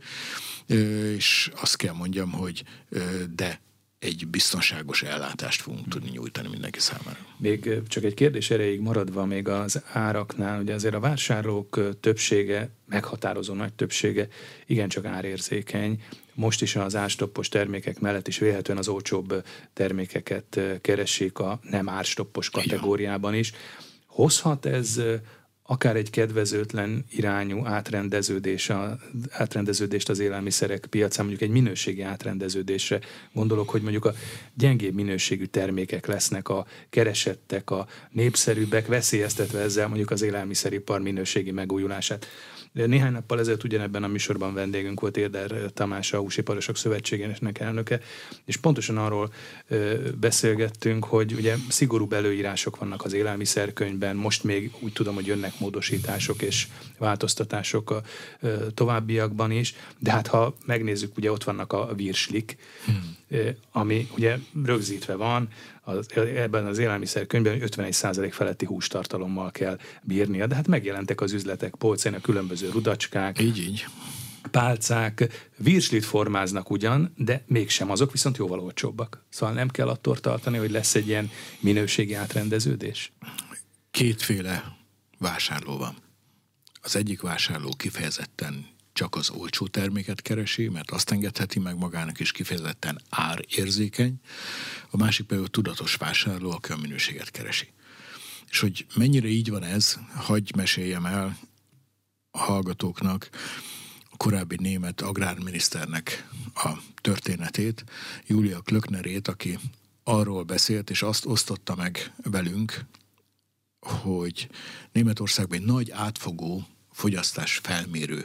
és azt kell mondjam, hogy de egy biztonságos ellátást fogunk tudni nyújtani mindenki számára. Még csak egy kérdés erejéig maradva még az áraknál, ugye azért a vásárlók többsége, meghatározó nagy többsége igencsak árérzékeny. Most is az árstoppos termékek mellett is vélhetően az olcsóbb termékeket keresik a nem árstoppos kategóriában is. Hozhat ez akár egy kedvezőtlen irányú átrendeződés, a, átrendeződést az élelmiszerek piacán, mondjuk egy minőségi átrendeződésre gondolok, hogy mondjuk a gyengébb minőségű termékek lesznek a keresettek, a népszerűbbek, veszélyeztetve ezzel mondjuk az élelmiszeripar minőségi megújulását. Néhány nappal ezelőtt ugyanebben a műsorban vendégünk volt Érder Tamás, a Húsiparosok Szövetségének elnöke, és pontosan arról ö, beszélgettünk, hogy ugye szigorúbb előírások vannak az élelmiszerkönyvben, most még úgy tudom, hogy jönnek módosítások és változtatások a ö, továbbiakban is, de hát ha megnézzük, ugye ott vannak a virslik, hmm. ö, ami ugye rögzítve van, az, ebben az élelmiszerkönyvben ötvenegy százalék feletti hústartalommal kell bírnia, de hát megjelentek az üzletek polcain a különböző rudacskák, így, így. pálcák, virslit formáznak ugyan, de mégsem azok, viszont jóval olcsóbbak. Szóval nem kell attól tartani, hogy lesz egy ilyen minőségi átrendeződés? Kétféle vásárló van. Az egyik vásárló kifejezetten csak az olcsó terméket keresi, mert azt engedheti meg magának is, kifejezetten árérzékeny, a másik pedig a tudatos vásárló, aki a minőséget keresi. És hogy mennyire így van ez, hagyj meséljem el a hallgatóknak a korábbi német agrárminiszternek a történetét, Julia Klöcknerét, aki arról beszélt, és azt osztotta meg velünk, hogy Németországban egy nagy átfogó fogyasztás felmérő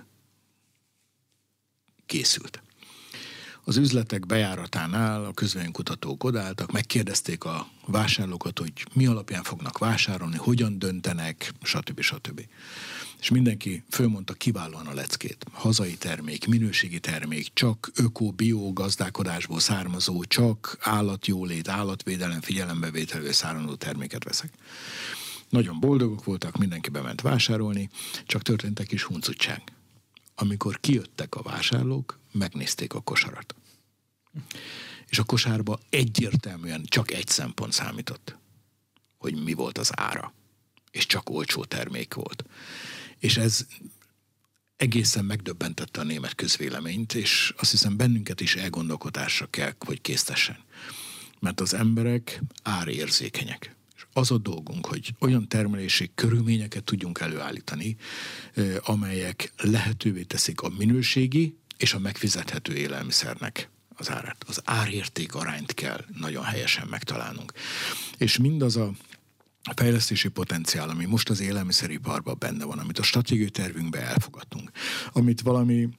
készült. Az üzletek bejáratánál a közvéleménykutatók odaálltak, megkérdezték a vásárlókat, hogy mi alapján fognak vásárolni, hogyan döntenek, stb. stb. És mindenki fölmondta kiválóan a leckét. Hazai termék, minőségi termék, csak öko-bio gazdálkodásból származó, csak állatjólét, állatvédelem figyelembevételő származó terméket veszek. Nagyon boldogok voltak, mindenki bement vásárolni, csak történt egy kis huncutság. Amikor kijöttek a vásárlók, megnézték a kosarat. És a kosárba egyértelműen csak egy szempont számított, hogy mi volt az ára. és csak olcsó termék volt. És ez egészen megdöbbentette a német közvéleményt, és azt hiszem bennünket is elgondolkodásra kell, hogy késztessen. Mert az emberek árérzékenyek. És az a dolgunk, hogy olyan termelési körülményeket tudjunk előállítani, amelyek lehetővé teszik a minőségi és a megfizethető élelmiszernek az árát. Az árérték arányt kell nagyon helyesen megtalálnunk. És mindaz a fejlesztési potenciál, ami most az élelmiszeriparban benne van, amit a stratégiai tervünkbe elfogadtunk, amit valami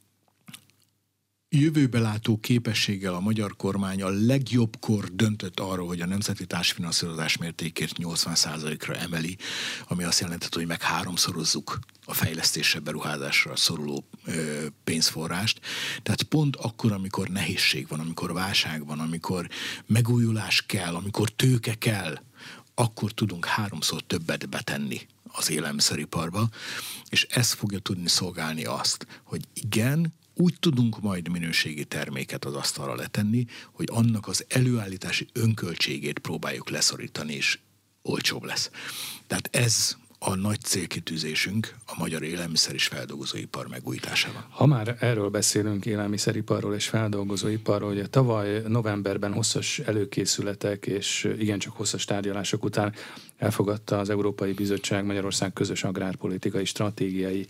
jövőbe látó képességgel a magyar kormány a legjobbkor döntött arról, hogy a nemzeti társfinanszírozás mértékét nyolcvan százalékra emeli, ami azt jelenti, hogy meg háromszorozzuk a fejlesztésre, beruházásra szoruló ö, pénzforrást. Tehát pont akkor, amikor nehézség van, amikor válság van, amikor megújulás kell, amikor tőke kell, akkor tudunk háromszor többet betenni az élelmiszeriparba, és ez fogja tudni szolgálni azt, hogy igen, úgy tudunk majd minőségi terméket az asztalra letenni, hogy annak az előállítási önköltségét próbáljuk leszorítani, és olcsóbb lesz. Tehát ez a nagy célkitűzésünk a magyar élelmiszer és feldolgozóipar megújításában. Ha már erről beszélünk, élelmiszeriparról és feldolgozóiparról, ugye tavaly novemberben hosszas előkészületek és igencsak hosszas tárgyalások után elfogadta az Európai Bizottság Magyarország közös agrárpolitikai stratégiai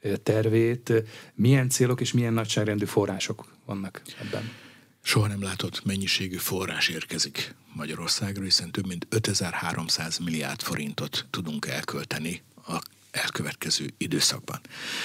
tervét. Milyen célok és milyen nagyságrendű források vannak ebben? Soha nem látott mennyiségű forrás érkezik Magyarországra, hiszen több mint ötezer-háromszáz milliárd forintot tudunk elkölteni a elkövetkező időszakban.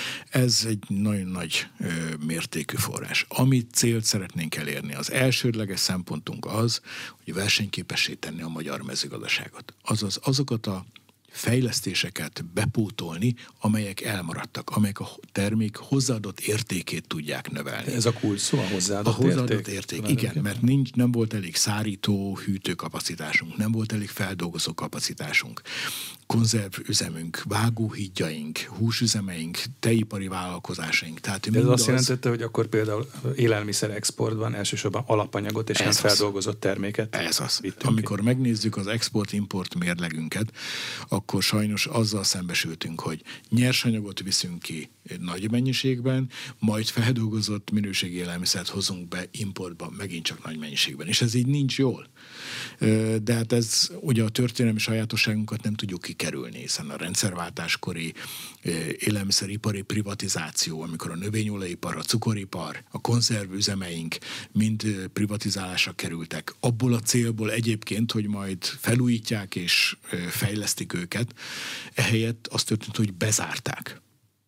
Ez egy nagyon nagy ö, mértékű forrás. Amit célt szeretnénk elérni, az elsődleges szempontunk az, hogy versenyképessé tenni a magyar mezőgazdaságot. Azaz azokat a fejlesztéseket bepótolni, amelyek elmaradtak, amelyek a termék hozzáadott értékét tudják növelni. Ez a kulcs szó, a hozzáadott, a hozzáadott érték. érték. Igen, mert nincs, nem volt elég szárító, hűtő kapacitásunk, nem volt elég feldolgozó kapacitásunk, konzervüzemünk, vágóhídjaink, húsüzemeink, tejipari vállalkozásaink. Tehát ez azt jelentette, hogy akkor például élelmiszer exportban elsősorban alapanyagot és nem feldolgozott terméket. Ez az. Amikor ki. megnézzük az export-import mérlegünket, akkor sajnos azzal szembesültünk, hogy nyersanyagot viszünk ki nagy mennyiségben, majd feldolgozott minőségi élelmiszert hozunk be importba megint csak nagy mennyiségben. És ez így nincs jól. De hát ez ugye a történelmi sajátosságunkat nem tudjuk kikerülni, hiszen a rendszerváltáskori élelmiszeripari privatizáció, amikor a növényolajipar, a cukoripar, a konzervüzemeink mind privatizálásra kerültek. Abból a célból egyébként, hogy majd felújítják és fejlesztik őket, ehelyett azt történt, hogy bezárták.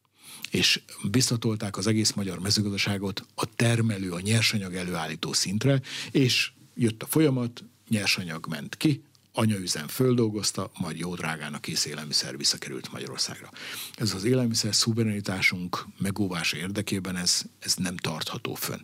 És biztatolták az egész magyar mezőgazdaságot a termelő, a nyersanyag előállító szintre, és jött a folyamat, nyersanyag ment ki, anyaüzem földolgozta, majd jó drágán a kész élelmiszer visszakerült Magyarországra. Ez az élelmiszer szuverenitásunk megóvása érdekében ez, ez nem tartható fönn.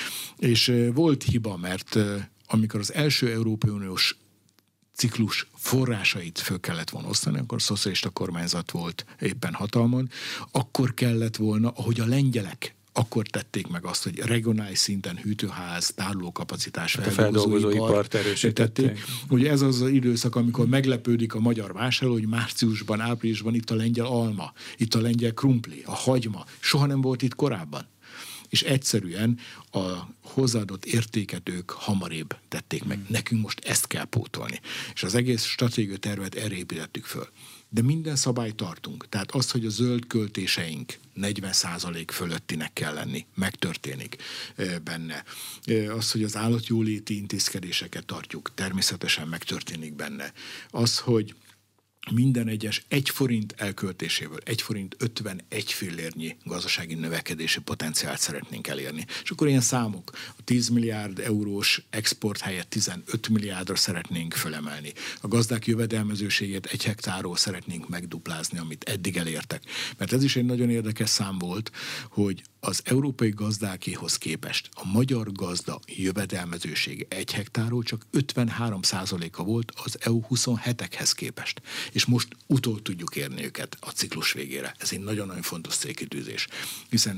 És volt hiba, mert amikor az első Európai Uniós ciklus forrásait föl kellett volna osztani, akkor a szocialista kormányzat volt éppen hatalmon, akkor kellett volna, ahogy a lengyelek akkor tették meg azt, hogy regionális szinten hűtőház, tárolókapacitás, feldolgozóipart erősítették. Ugye ez az az időszak, amikor meglepődik a magyar vásárló, hogy márciusban, áprilisban itt a lengyel alma, itt a lengyel krumpli, a hagyma. Soha nem volt itt korábban. És egyszerűen a hozzáadott értéket ők hamarébb tették meg. Nekünk most ezt kell pótolni. És az egész stratégiai tervet erre építettük föl. De minden szabályt tartunk. Tehát az, hogy a zöld költéseink negyven százalék fölöttinek kell lenni, megtörténik benne. Az, hogy az állatjóléti intézkedéseket tartjuk, természetesen megtörténik benne. Az, hogy minden egyes egy forint elköltéséből egy forint ötvenegy fillérnyi gazdasági növekedési potenciált szeretnénk elérni. És akkor ilyen számok, a tíz milliárd eurós export helyett tizenöt milliárdra szeretnénk fölemelni. A gazdák jövedelmezőségét egy hektárról szeretnénk megduplázni, amit eddig elértek. Mert ez is egy nagyon érdekes szám volt, hogy az európai gazdákéhoz képest a magyar gazda jövedelmezősége egy hektárról csak ötvenhárom százaléka volt az é u huszonhetekhez képest. És most utol tudjuk érni őket a ciklus végére. Ez egy nagyon-nagyon fontos célkitűzés, hiszen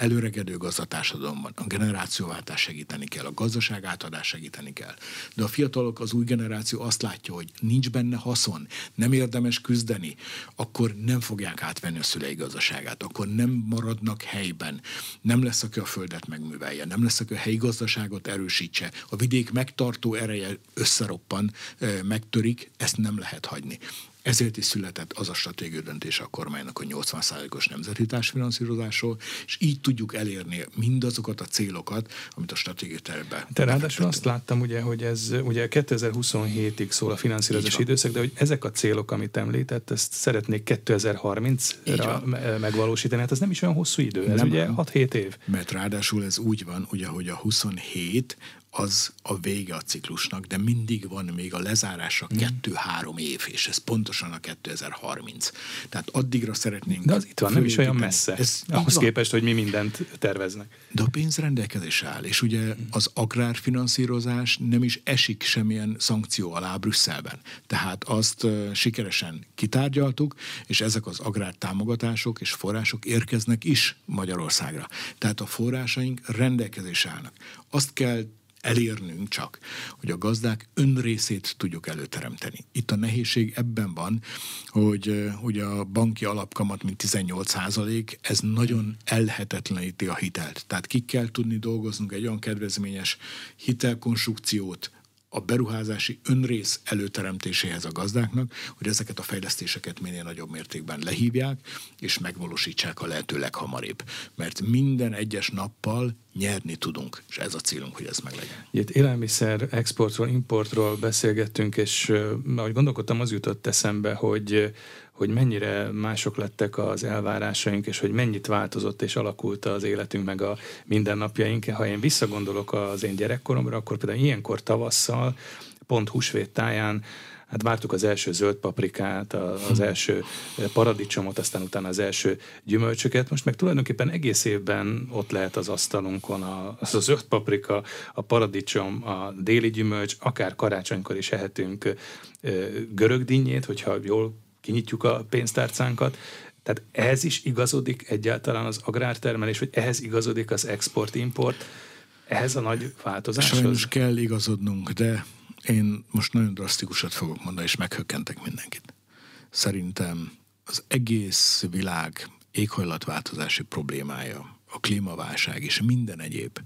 előregedő gazdatársadalomban a generációváltás segíteni kell, a gazdaság átadás segíteni kell. De a fiatalok, az új generáció azt látja, hogy nincs benne haszon, nem érdemes küzdeni, akkor nem fogják átvenni a szülei gazdaságát, akkor nem maradnak helyben, nem lesz, aki a földet megművelje, nem lesz, aki a helyi gazdaságot erősítse, a vidék megtartó ereje összeroppan, megtörik, ezt nem lehet hagyni. Ezért is született az a stratégiai döntés a kormánynak a nyolcvan százalékos nemzeti társfinanszírozásról, és így tudjuk elérni mindazokat a célokat, amit a stratégiai tervben. De ráadásul azt láttam, ugye, hogy ez ugye kétezer-huszonhétig szól a finanszírozási időszak, de hogy ezek a célok, amit említett, ezt szeretnék kétezer-harmincra megvalósítani. Hát ez nem is olyan hosszú idő, ez nem, ugye hat-hét év. Mert ráadásul ez úgy van, ugye, hogy a huszonhét az a vége a ciklusnak, de mindig van még a lezárásra mm. kettő-három év, és ez pontosan a kétezer-harminc. Tehát addigra szeretnénk... De az itt van, nem is olyan messze, ez ahhoz képest, hogy mi mindent terveznek. De a pénz rendelkezésre áll, és ugye az agrárfinanszírozás nem is esik semmilyen szankció alá Brüsszelben. Tehát azt uh, sikeresen kitárgyaltuk, és ezek az agrártámogatások és források érkeznek is Magyarországra. Tehát a forrásaink rendelkezésre állnak. Azt kell elérnünk csak, hogy a gazdák önrészét tudjuk előteremteni. Itt a nehézség ebben van, hogy ugye a banki alapkamat, mint tizennyolc százalék, ez nagyon elhetetleníti a hitelt. Tehát ki kell tudni dolgoznunk egy olyan kedvezményes hitelkonstrukciót a beruházási önrész előteremtéséhez a gazdáknak, hogy ezeket a fejlesztéseket minél nagyobb mértékben lehívják, és megvalósítsák a lehető leghamarabb. Mert minden egyes nappal nyerni tudunk, és ez a célunk, hogy ez meglegyen. Itt élelmiszer exportról, importról beszélgettünk, és ahogy gondolkodtam, az jutott eszembe, hogy hogy mennyire mások lettek az elvárásaink, és hogy mennyit változott és alakult az életünk, meg a mindennapjaink. Ha én visszagondolok az én gyerekkoromra, akkor például ilyenkor tavasszal, pont húsvét táján, hát vártuk az első zöld paprikát, az első paradicsomot, aztán utána az első gyümölcsöket. Most meg tulajdonképpen egész évben ott lehet az asztalunkon az a zöld paprika, a paradicsom, a déli gyümölcs, akár karácsonykor is ehetünk görögdinnyét, hogyha jól kinyitjuk a pénztárcánkat. Tehát ehhez is igazodik egyáltalán az agrártermelés, vagy ehhez igazodik az export-import, ehhez a nagy változáshoz? Sajnos kell igazodnunk, de én most nagyon drasztikusat fogok mondani, és meghökkentek mindenkit. Szerintem az egész világ éghajlatváltozási problémája, a klímaválság és minden egyéb,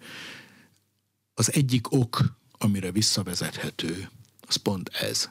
az egyik ok, amire visszavezethető, az pont ez.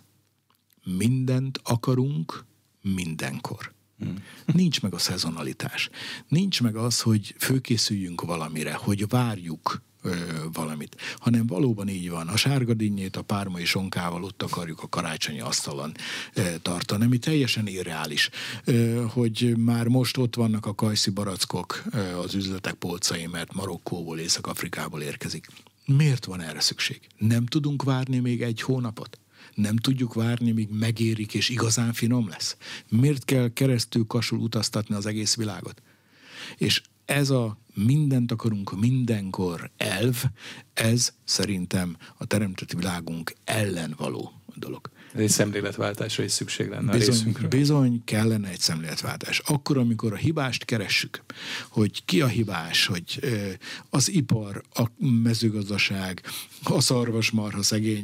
Mindent akarunk, mindenkor. Hmm. Nincs meg a szezonalitás. Nincs meg az, hogy fölkészüljünk valamire, hogy várjuk ö, valamit, hanem valóban így van. A sárgadinnyét a pármai sonkával ott akarjuk a karácsonyi asztalon ö, tartani, ami teljesen irreális. Ö, hogy már most ott vannak a kajszi barackok ö, az üzletek polcain, mert Marokkóból, Észak-Afrikából érkezik. Miért van erre szükség? Nem tudunk várni még egy hónapot? Nem tudjuk várni, míg megérik és igazán finom lesz? Miért kell keresztül kasul utaztatni az egész világot? És ez a mindent akarunk mindenkor elv, ez szerintem a teremtett világunk ellen való dolog. Egy szemléletváltásra is szükség lenne bizony, a részünkről. Bizony kellene egy szemléletváltás. Akkor, amikor a hibást keressük, hogy ki a hibás, hogy az ipar, a mezőgazdaság, a szarvasmarha szegény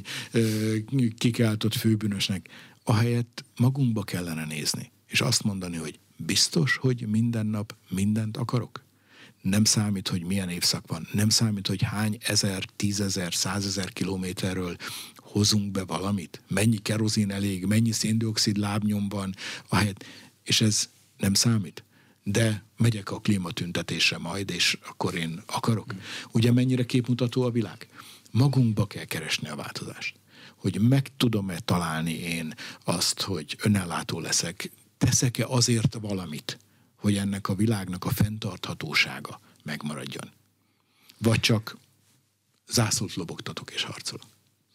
kikáltott főbűnösnek, ahelyett magunkba kellene nézni, és azt mondani, hogy biztos, hogy minden nap mindent akarok? Nem számít, hogy milyen évszak van, nem számít, hogy hány ezer, tízezer, százezer kilométerről hozunk be valamit, mennyi kerozin elég, mennyi széndioxid lábnyom van, ahelyett, és ez nem számít. De megyek a klímatüntetésre majd, és akkor én akarok. Ugye mennyire képmutató a világ? Magunkba kell keresni a változást. Hogy meg tudom-e találni én azt, hogy önellátó leszek, teszek-e azért valamit, hogy ennek a világnak a fenntarthatósága megmaradjon. Vagy csak zászlót lobogtatok és harcolok.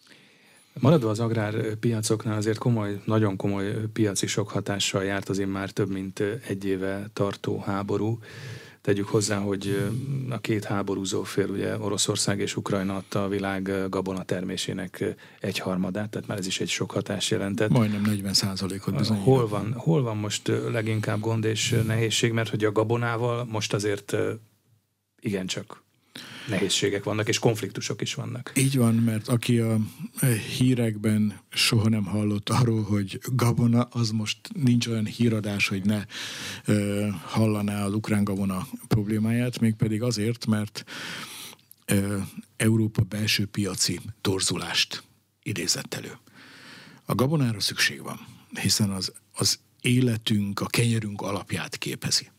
Maradva az agrárpiacoknál azért komoly, nagyon komoly piaci sok hatással járt az én már több mint egy éve tartó háború. Tegyük hozzá, hogy a két háborúzó fél, ugye Oroszország és Ukrajna adta a világ gabonatermésének egyharmadát, tehát már ez is egy sok hatás jelentett. Majdnem negyven százalékot bizony. Hol van, hol van most leginkább gond és nehézség, mert hogy a gabonával most azért igencsak nehézségek vannak, és konfliktusok is vannak. Így van, mert aki a hírekben soha nem hallott arról, hogy gabona, az most nincs olyan híradás, hogy ne ö, hallaná az ukrán gabona problémáját, mégpedig azért, mert ö, Európa belső piaci torzulást idézett elő. A gabonára szükség van, hiszen az, az életünk, a kenyerünk alapját képezi.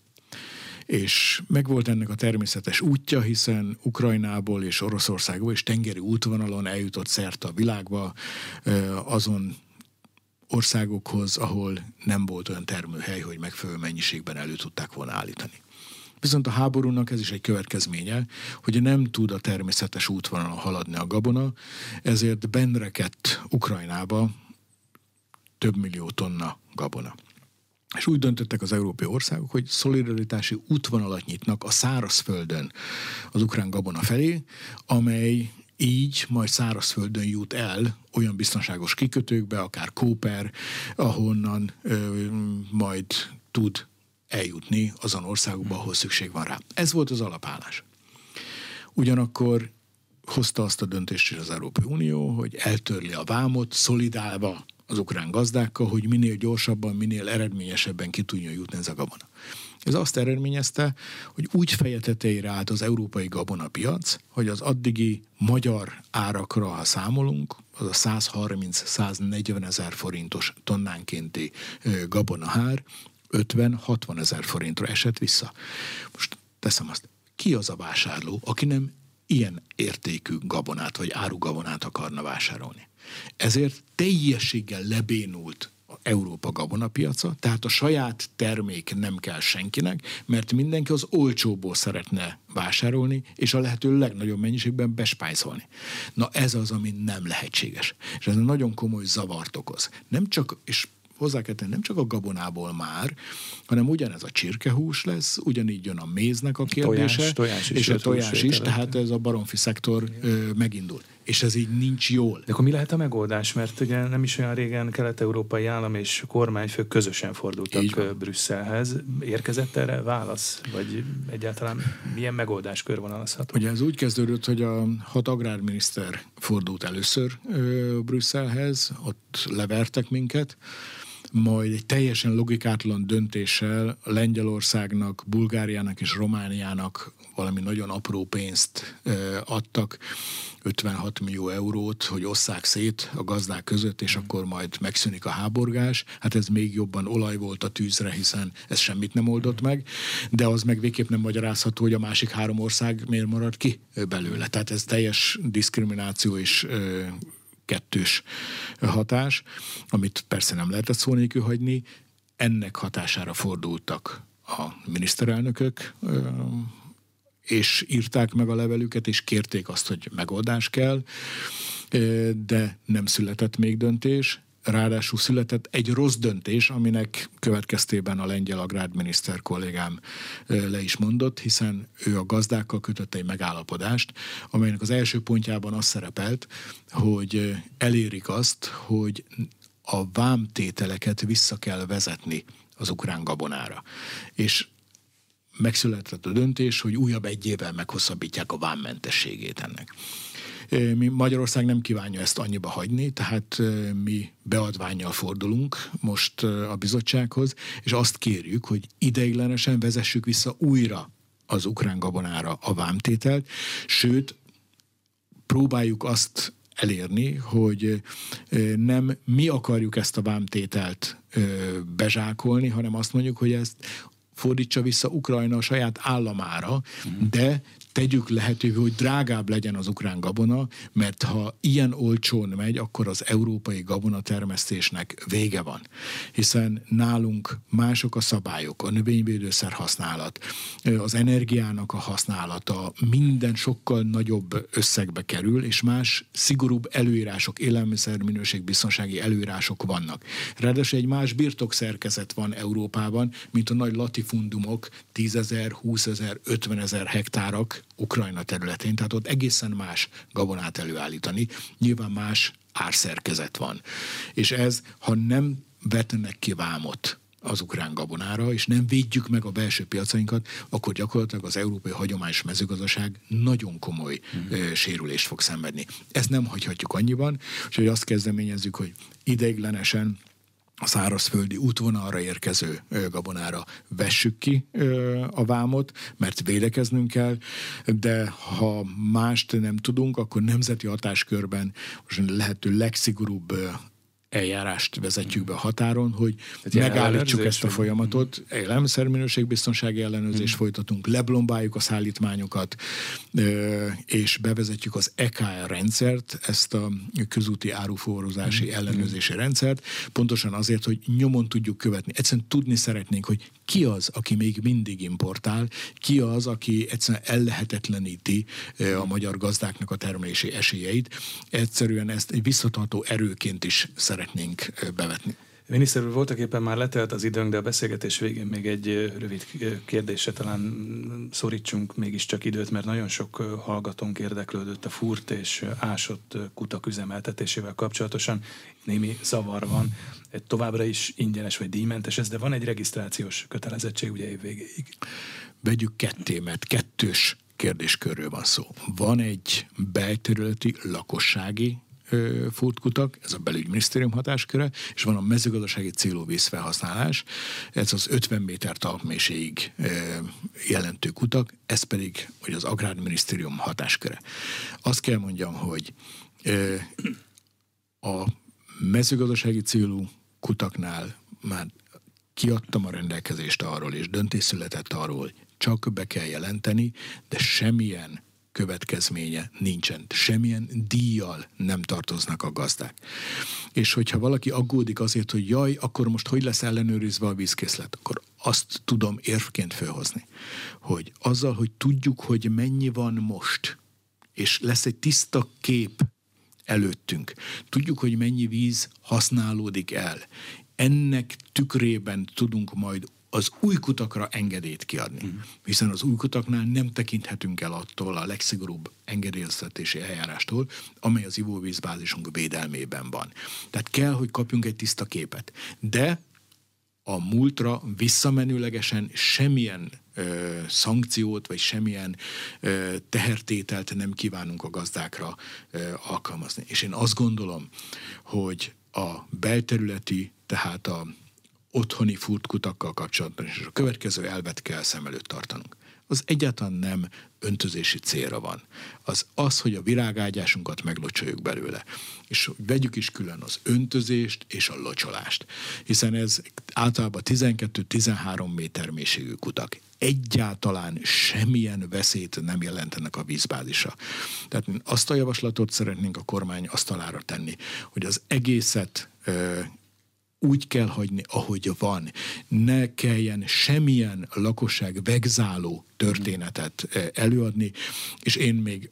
És megvolt ennek a természetes útja, hiszen Ukrajnából és Oroszországból és tengeri útvonalon eljutott szerte a világba azon országokhoz, ahol nem volt olyan termőhely, hogy megfelelő mennyiségben elő tudták volna állítani. Viszont a háborúnak ez is egy következménye, hogy nem tud a természetes útvonalon haladni a gabona, ezért bennrekedt Ukrajnába több millió tonna gabona. És úgy döntöttek az európai országok, hogy szolidaritási útvonalat nyitnak a szárazföldön az ukrán gabona felé, amely így majd szárazföldön jut el olyan biztonságos kikötőkbe, akár Kóper, ahonnan ö, majd tud eljutni azon országokba, ahol szükség van rá. Ez volt az alapállás. Ugyanakkor hozta azt a döntést is az Európai Unió, hogy eltörli a vámot, szolidálva az ukrán gazdákkal, hogy minél gyorsabban, minél eredményesebben ki tudjon jutni ez a gabona. Ez azt eredményezte, hogy úgy feje tetejére állt az európai gabonapiac, hogy az addigi magyar árakra, ha számolunk, az a százharminc-száznegyven ezer forintos tonnánkénti gabonahár ötven-hatvan ezer forintra esett vissza. Most teszem azt, ki az a vásárló, aki nem ilyen értékű gabonát vagy árugabonát akarna vásárolni? Ezért teljességgel lebénult Európa gabonapiaca, tehát a saját termék nem kell senkinek, mert mindenki az olcsóból szeretne vásárolni, és a lehető legnagyobb mennyiségben bespájzolni. Na ez az, ami nem lehetséges. És ez nagyon komoly zavart okoz. Nem csak, és hozzá kell tenni, nem csak a gabonából már, hanem ugyanez a csirkehús lesz, ugyanígy jön a méznek a kérdése, tojás, tojás és a tojás is, tehát ez a baromfi szektor ö, megindul. És ez így nincs jól. De akkor mi lehet a megoldás? Mert ugye nem is olyan régen kelet-európai állam és kormányfők közösen fordultak Brüsszelhez. Érkezett erre válasz? Vagy egyáltalán milyen megoldás körvonalazható? Ugye ez úgy kezdődött, hogy a hat agrárminiszter fordult először ö, Brüsszelhez, ott levertek minket, majd egy teljesen logikátlan döntéssel Lengyelországnak, Bulgáriának és Romániának valami nagyon apró pénzt ö, adtak, ötvenhat millió eurót, hogy osszák szét a gazdák között, és akkor majd megszűnik a háborgás. Hát ez még jobban olaj volt a tűzre, hiszen ez semmit nem oldott meg, de az meg végképp nem magyarázható, hogy a másik három ország miért marad ki belőle. Tehát ez teljes diszkrimináció és ö, kettős hatás, amit persze nem lehetett szó nélkül hagyni. Ennek hatására fordultak a miniszterelnökök, és írták meg a levelüket, és kérték azt, hogy megoldás kell, de nem született még döntés. Ráadásul született egy rossz döntés, aminek következtében a lengyel agrárminiszter kollégám le is mondott, hiszen ő a gazdákkal kötött egy megállapodást, amelynek az első pontjában az szerepelt, hogy elérik azt, hogy a vámtételeket vissza kell vezetni az ukrán gabonára. És megszületett a döntés, hogy újabb egy évvel meghosszabbítják a vámmentességét ennek. Mi Magyarország nem kívánja ezt annyiba hagyni, tehát mi beadvánnyal fordulunk most a bizottsághoz, és azt kérjük, hogy ideiglenesen vezessük vissza újra az ukrán gabonára a vámtételt, sőt, próbáljuk azt elérni, hogy nem mi akarjuk ezt a vámtételt bezsákolni, hanem azt mondjuk, hogy ezt fordítsa vissza Ukrajna a saját államára, de tegyük lehetővé, hogy drágább legyen az ukrán gabona, mert ha ilyen olcsón megy, akkor az európai gabonatermesztésnek vége van. Hiszen nálunk mások a szabályok, a növényvédőszer használat, az energiának a használata, minden sokkal nagyobb összegbe kerül, és más szigorúbb előírások, élelmiszerminőségbiztonsági előírások vannak. Ráadásul egy más birtokszerkezet van Európában, mint a nagy latifundumok, tízezer, húszezer, ötvenezer hektárok Ukrajna területén, tehát ott egészen más gabonát előállítani, nyilván más árszerkezet van. És ez, ha nem vetnek ki vámot az ukrán gabonára, és nem védjük meg a belső piacainkat, akkor gyakorlatilag az európai hagyományos mezőgazdaság nagyon komoly mm. sérülést fog szenvedni. Ezt nem hagyhatjuk annyiban, úgyhogy azt kezdeményezzük, hogy ideiglenesen a szárazföldi útvonalra érkező gabonára vessük ki a vámot, mert védekeznünk kell, de ha mást nem tudunk, akkor nemzeti hatáskörben most lehető legszigorúbb eljárást vezetjük be a határon, hogy tehát megállítsuk ezt a folyamatot, élelmiszerminőségbiztonsági ellenőrzést folytatunk, leblombáljuk a szállítmányokat, és bevezetjük az é ká er rendszert, ezt a közúti áruforrózási ellenőrzési rendszert, pontosan azért, hogy nyomon tudjuk követni. Egyszerűen tudni szeretnénk, hogy ki az, aki még mindig importál, ki az, aki egyszerűen ellehetetleníti a magyar gazdáknak a termelési esélyeit. Egyszerűen ezt egy visszatartó erőként is szeretnénk bevetni. Miniszter úr, voltak éppen már letelt az időnk, de a beszélgetés végén még egy rövid kérdésre talán szorítsunk mégiscsak időt, mert nagyon sok hallgatónk érdeklődött a fúrt és ásott kutak üzemeltetésével kapcsolatosan. Némi zavar van. Továbbra is ingyenes vagy díjmentes ez, de van egy regisztrációs kötelezettség ugye év végéig. Vegyük ketté, mert kettős kérdéskörről van szó. Van egy belterületi lakossági fúrtkutak, ez a belügyminisztérium hatásköre, és van a mezőgazdasági célú vízfelhasználás, ez az ötven méter talpmélységig jelentő kutak, ez pedig hogy az Agrárminisztérium hatásköre. Azt kell mondjam, hogy a mezőgazdasági célú kutaknál már kiadtam a rendelkezést arról, és döntés született arról, hogy csak be kell jelenteni, de semmilyen következménye nincsen. Semmilyen díjjal nem tartoznak a gazdák. És hogyha valaki aggódik azért, hogy jaj, akkor most hogy lesz ellenőrizve a vízkészlet, akkor azt tudom érvként felhozni, hogy azzal, hogy tudjuk, hogy mennyi van most, és lesz egy tiszta kép előttünk, tudjuk, hogy mennyi víz használódik el, ennek tükrében tudunk majd az új kutakra engedélyt kiadni. Uh-huh. Hiszen az új kutaknál nem tekinthetünk el attól a legszigorúbb engedélyeztetési eljárástól, amely az ivóvízbázisunk védelmében van. Tehát kell, hogy kapjunk egy tiszta képet. De a múltra visszamenőlegesen semmilyen ö, szankciót, vagy semmilyen ö, tehertételt nem kívánunk a gazdákra ö, alkalmazni. És én azt gondolom, hogy a belterületi, tehát a otthoni fúrtkutakkal kapcsolatban is a következő elvet kell szem előtt tartanunk. Az egyáltalán nem öntözési célra van. Az az, hogy a virágágyásunkat meglocsoljuk belőle. És vegyük is külön az öntözést és a locsolást. Hiszen ez általában tizenkét-tizenhárom méter mélységű kutak. Egyáltalán semmilyen veszélyt nem jelentenek a vízbázisra. Tehát azt a javaslatot szeretnénk a kormány asztalára tenni, hogy az egészet ö, úgy kell hagyni, ahogy van. Ne kelljen semmilyen lakosság vegzáló történetet előadni, és én még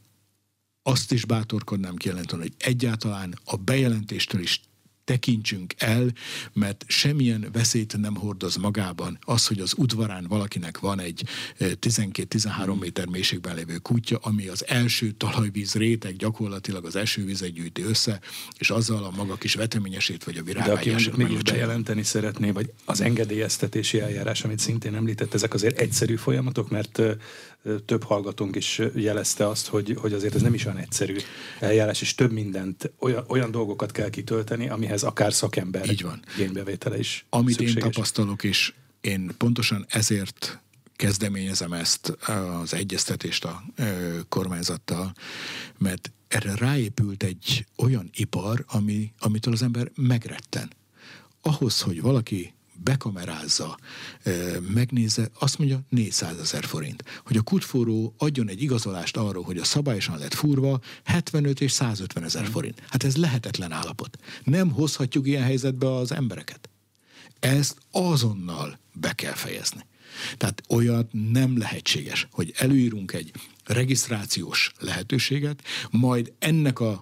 azt is bátorkodnám kijelenteni, hogy egyáltalán a bejelentéstől is tekintsünk el, mert semmilyen veszélyt nem hordoz magában az, hogy az udvarán valakinek van egy tizenkét-tizenhárom méter mélységben lévő kútja, ami az első talajvíz réteg gyakorlatilag az esővizet gyűjti össze, és azzal a maga kis veteményesét vagy a virágágyását mégis bejelenteni szeretné, vagy az engedélyeztetési eljárás, amit szintén említett, ezek azért egyszerű folyamatok, mert több hallgatónk is jelezte azt, hogy, hogy azért ez nem is olyan egyszerű eljárás, és több mindent, olyan, olyan dolgokat kell kitölteni, amihez akár szakember igénybevétele is Amit szükséges. Én tapasztalok, és én pontosan ezért kezdeményezem ezt az egyeztetést a kormányzattal, mert erre ráépült egy olyan ipar, ami, amitől az ember megretten. Ahhoz, hogy valaki bekamerázza, megnézze, azt mondja négyszázezer forint. Hogy a kútfúró adjon egy igazolást arról, hogy a szabályosan lett fúrva, hetvenöt és százötven ezer forint. Hát ez lehetetlen állapot. Nem hozhatjuk ilyen helyzetbe az embereket. Ezt azonnal be kell fejezni. Tehát olyat nem lehetséges, hogy előírunk egy regisztrációs lehetőséget, majd ennek a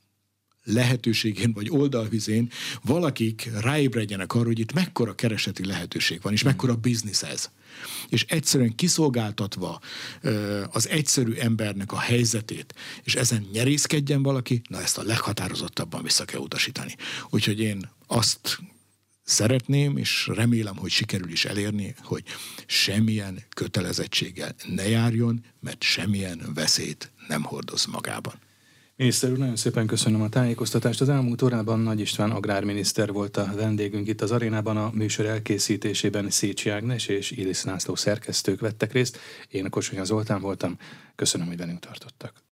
lehetőségén vagy oldalvizén valakik ráébredjenek arra, hogy itt mekkora kereseti lehetőség van, és mekkora biznisz ez. És egyszerűen kiszolgáltatva az egyszerű embernek a helyzetét, és ezen nyerészkedjen valaki, na ezt a leghatározottabban vissza kell utasítani. Úgyhogy én azt Szeretném, és remélem, hogy sikerül is elérni, hogy semmilyen kötelezettséggel ne járjon, mert semmilyen veszélyt nem hordoz magában. Miniszter úr, nagyon szépen köszönöm a tájékoztatást. Az elmúlt órában Nagy István agrárminiszter volt a vendégünk itt az arénában. A műsor elkészítésében Szécsi Ágnes és Illis László szerkesztők vettek részt. Én Kossuth Zoltán voltam. Köszönöm, hogy velünk tartottak.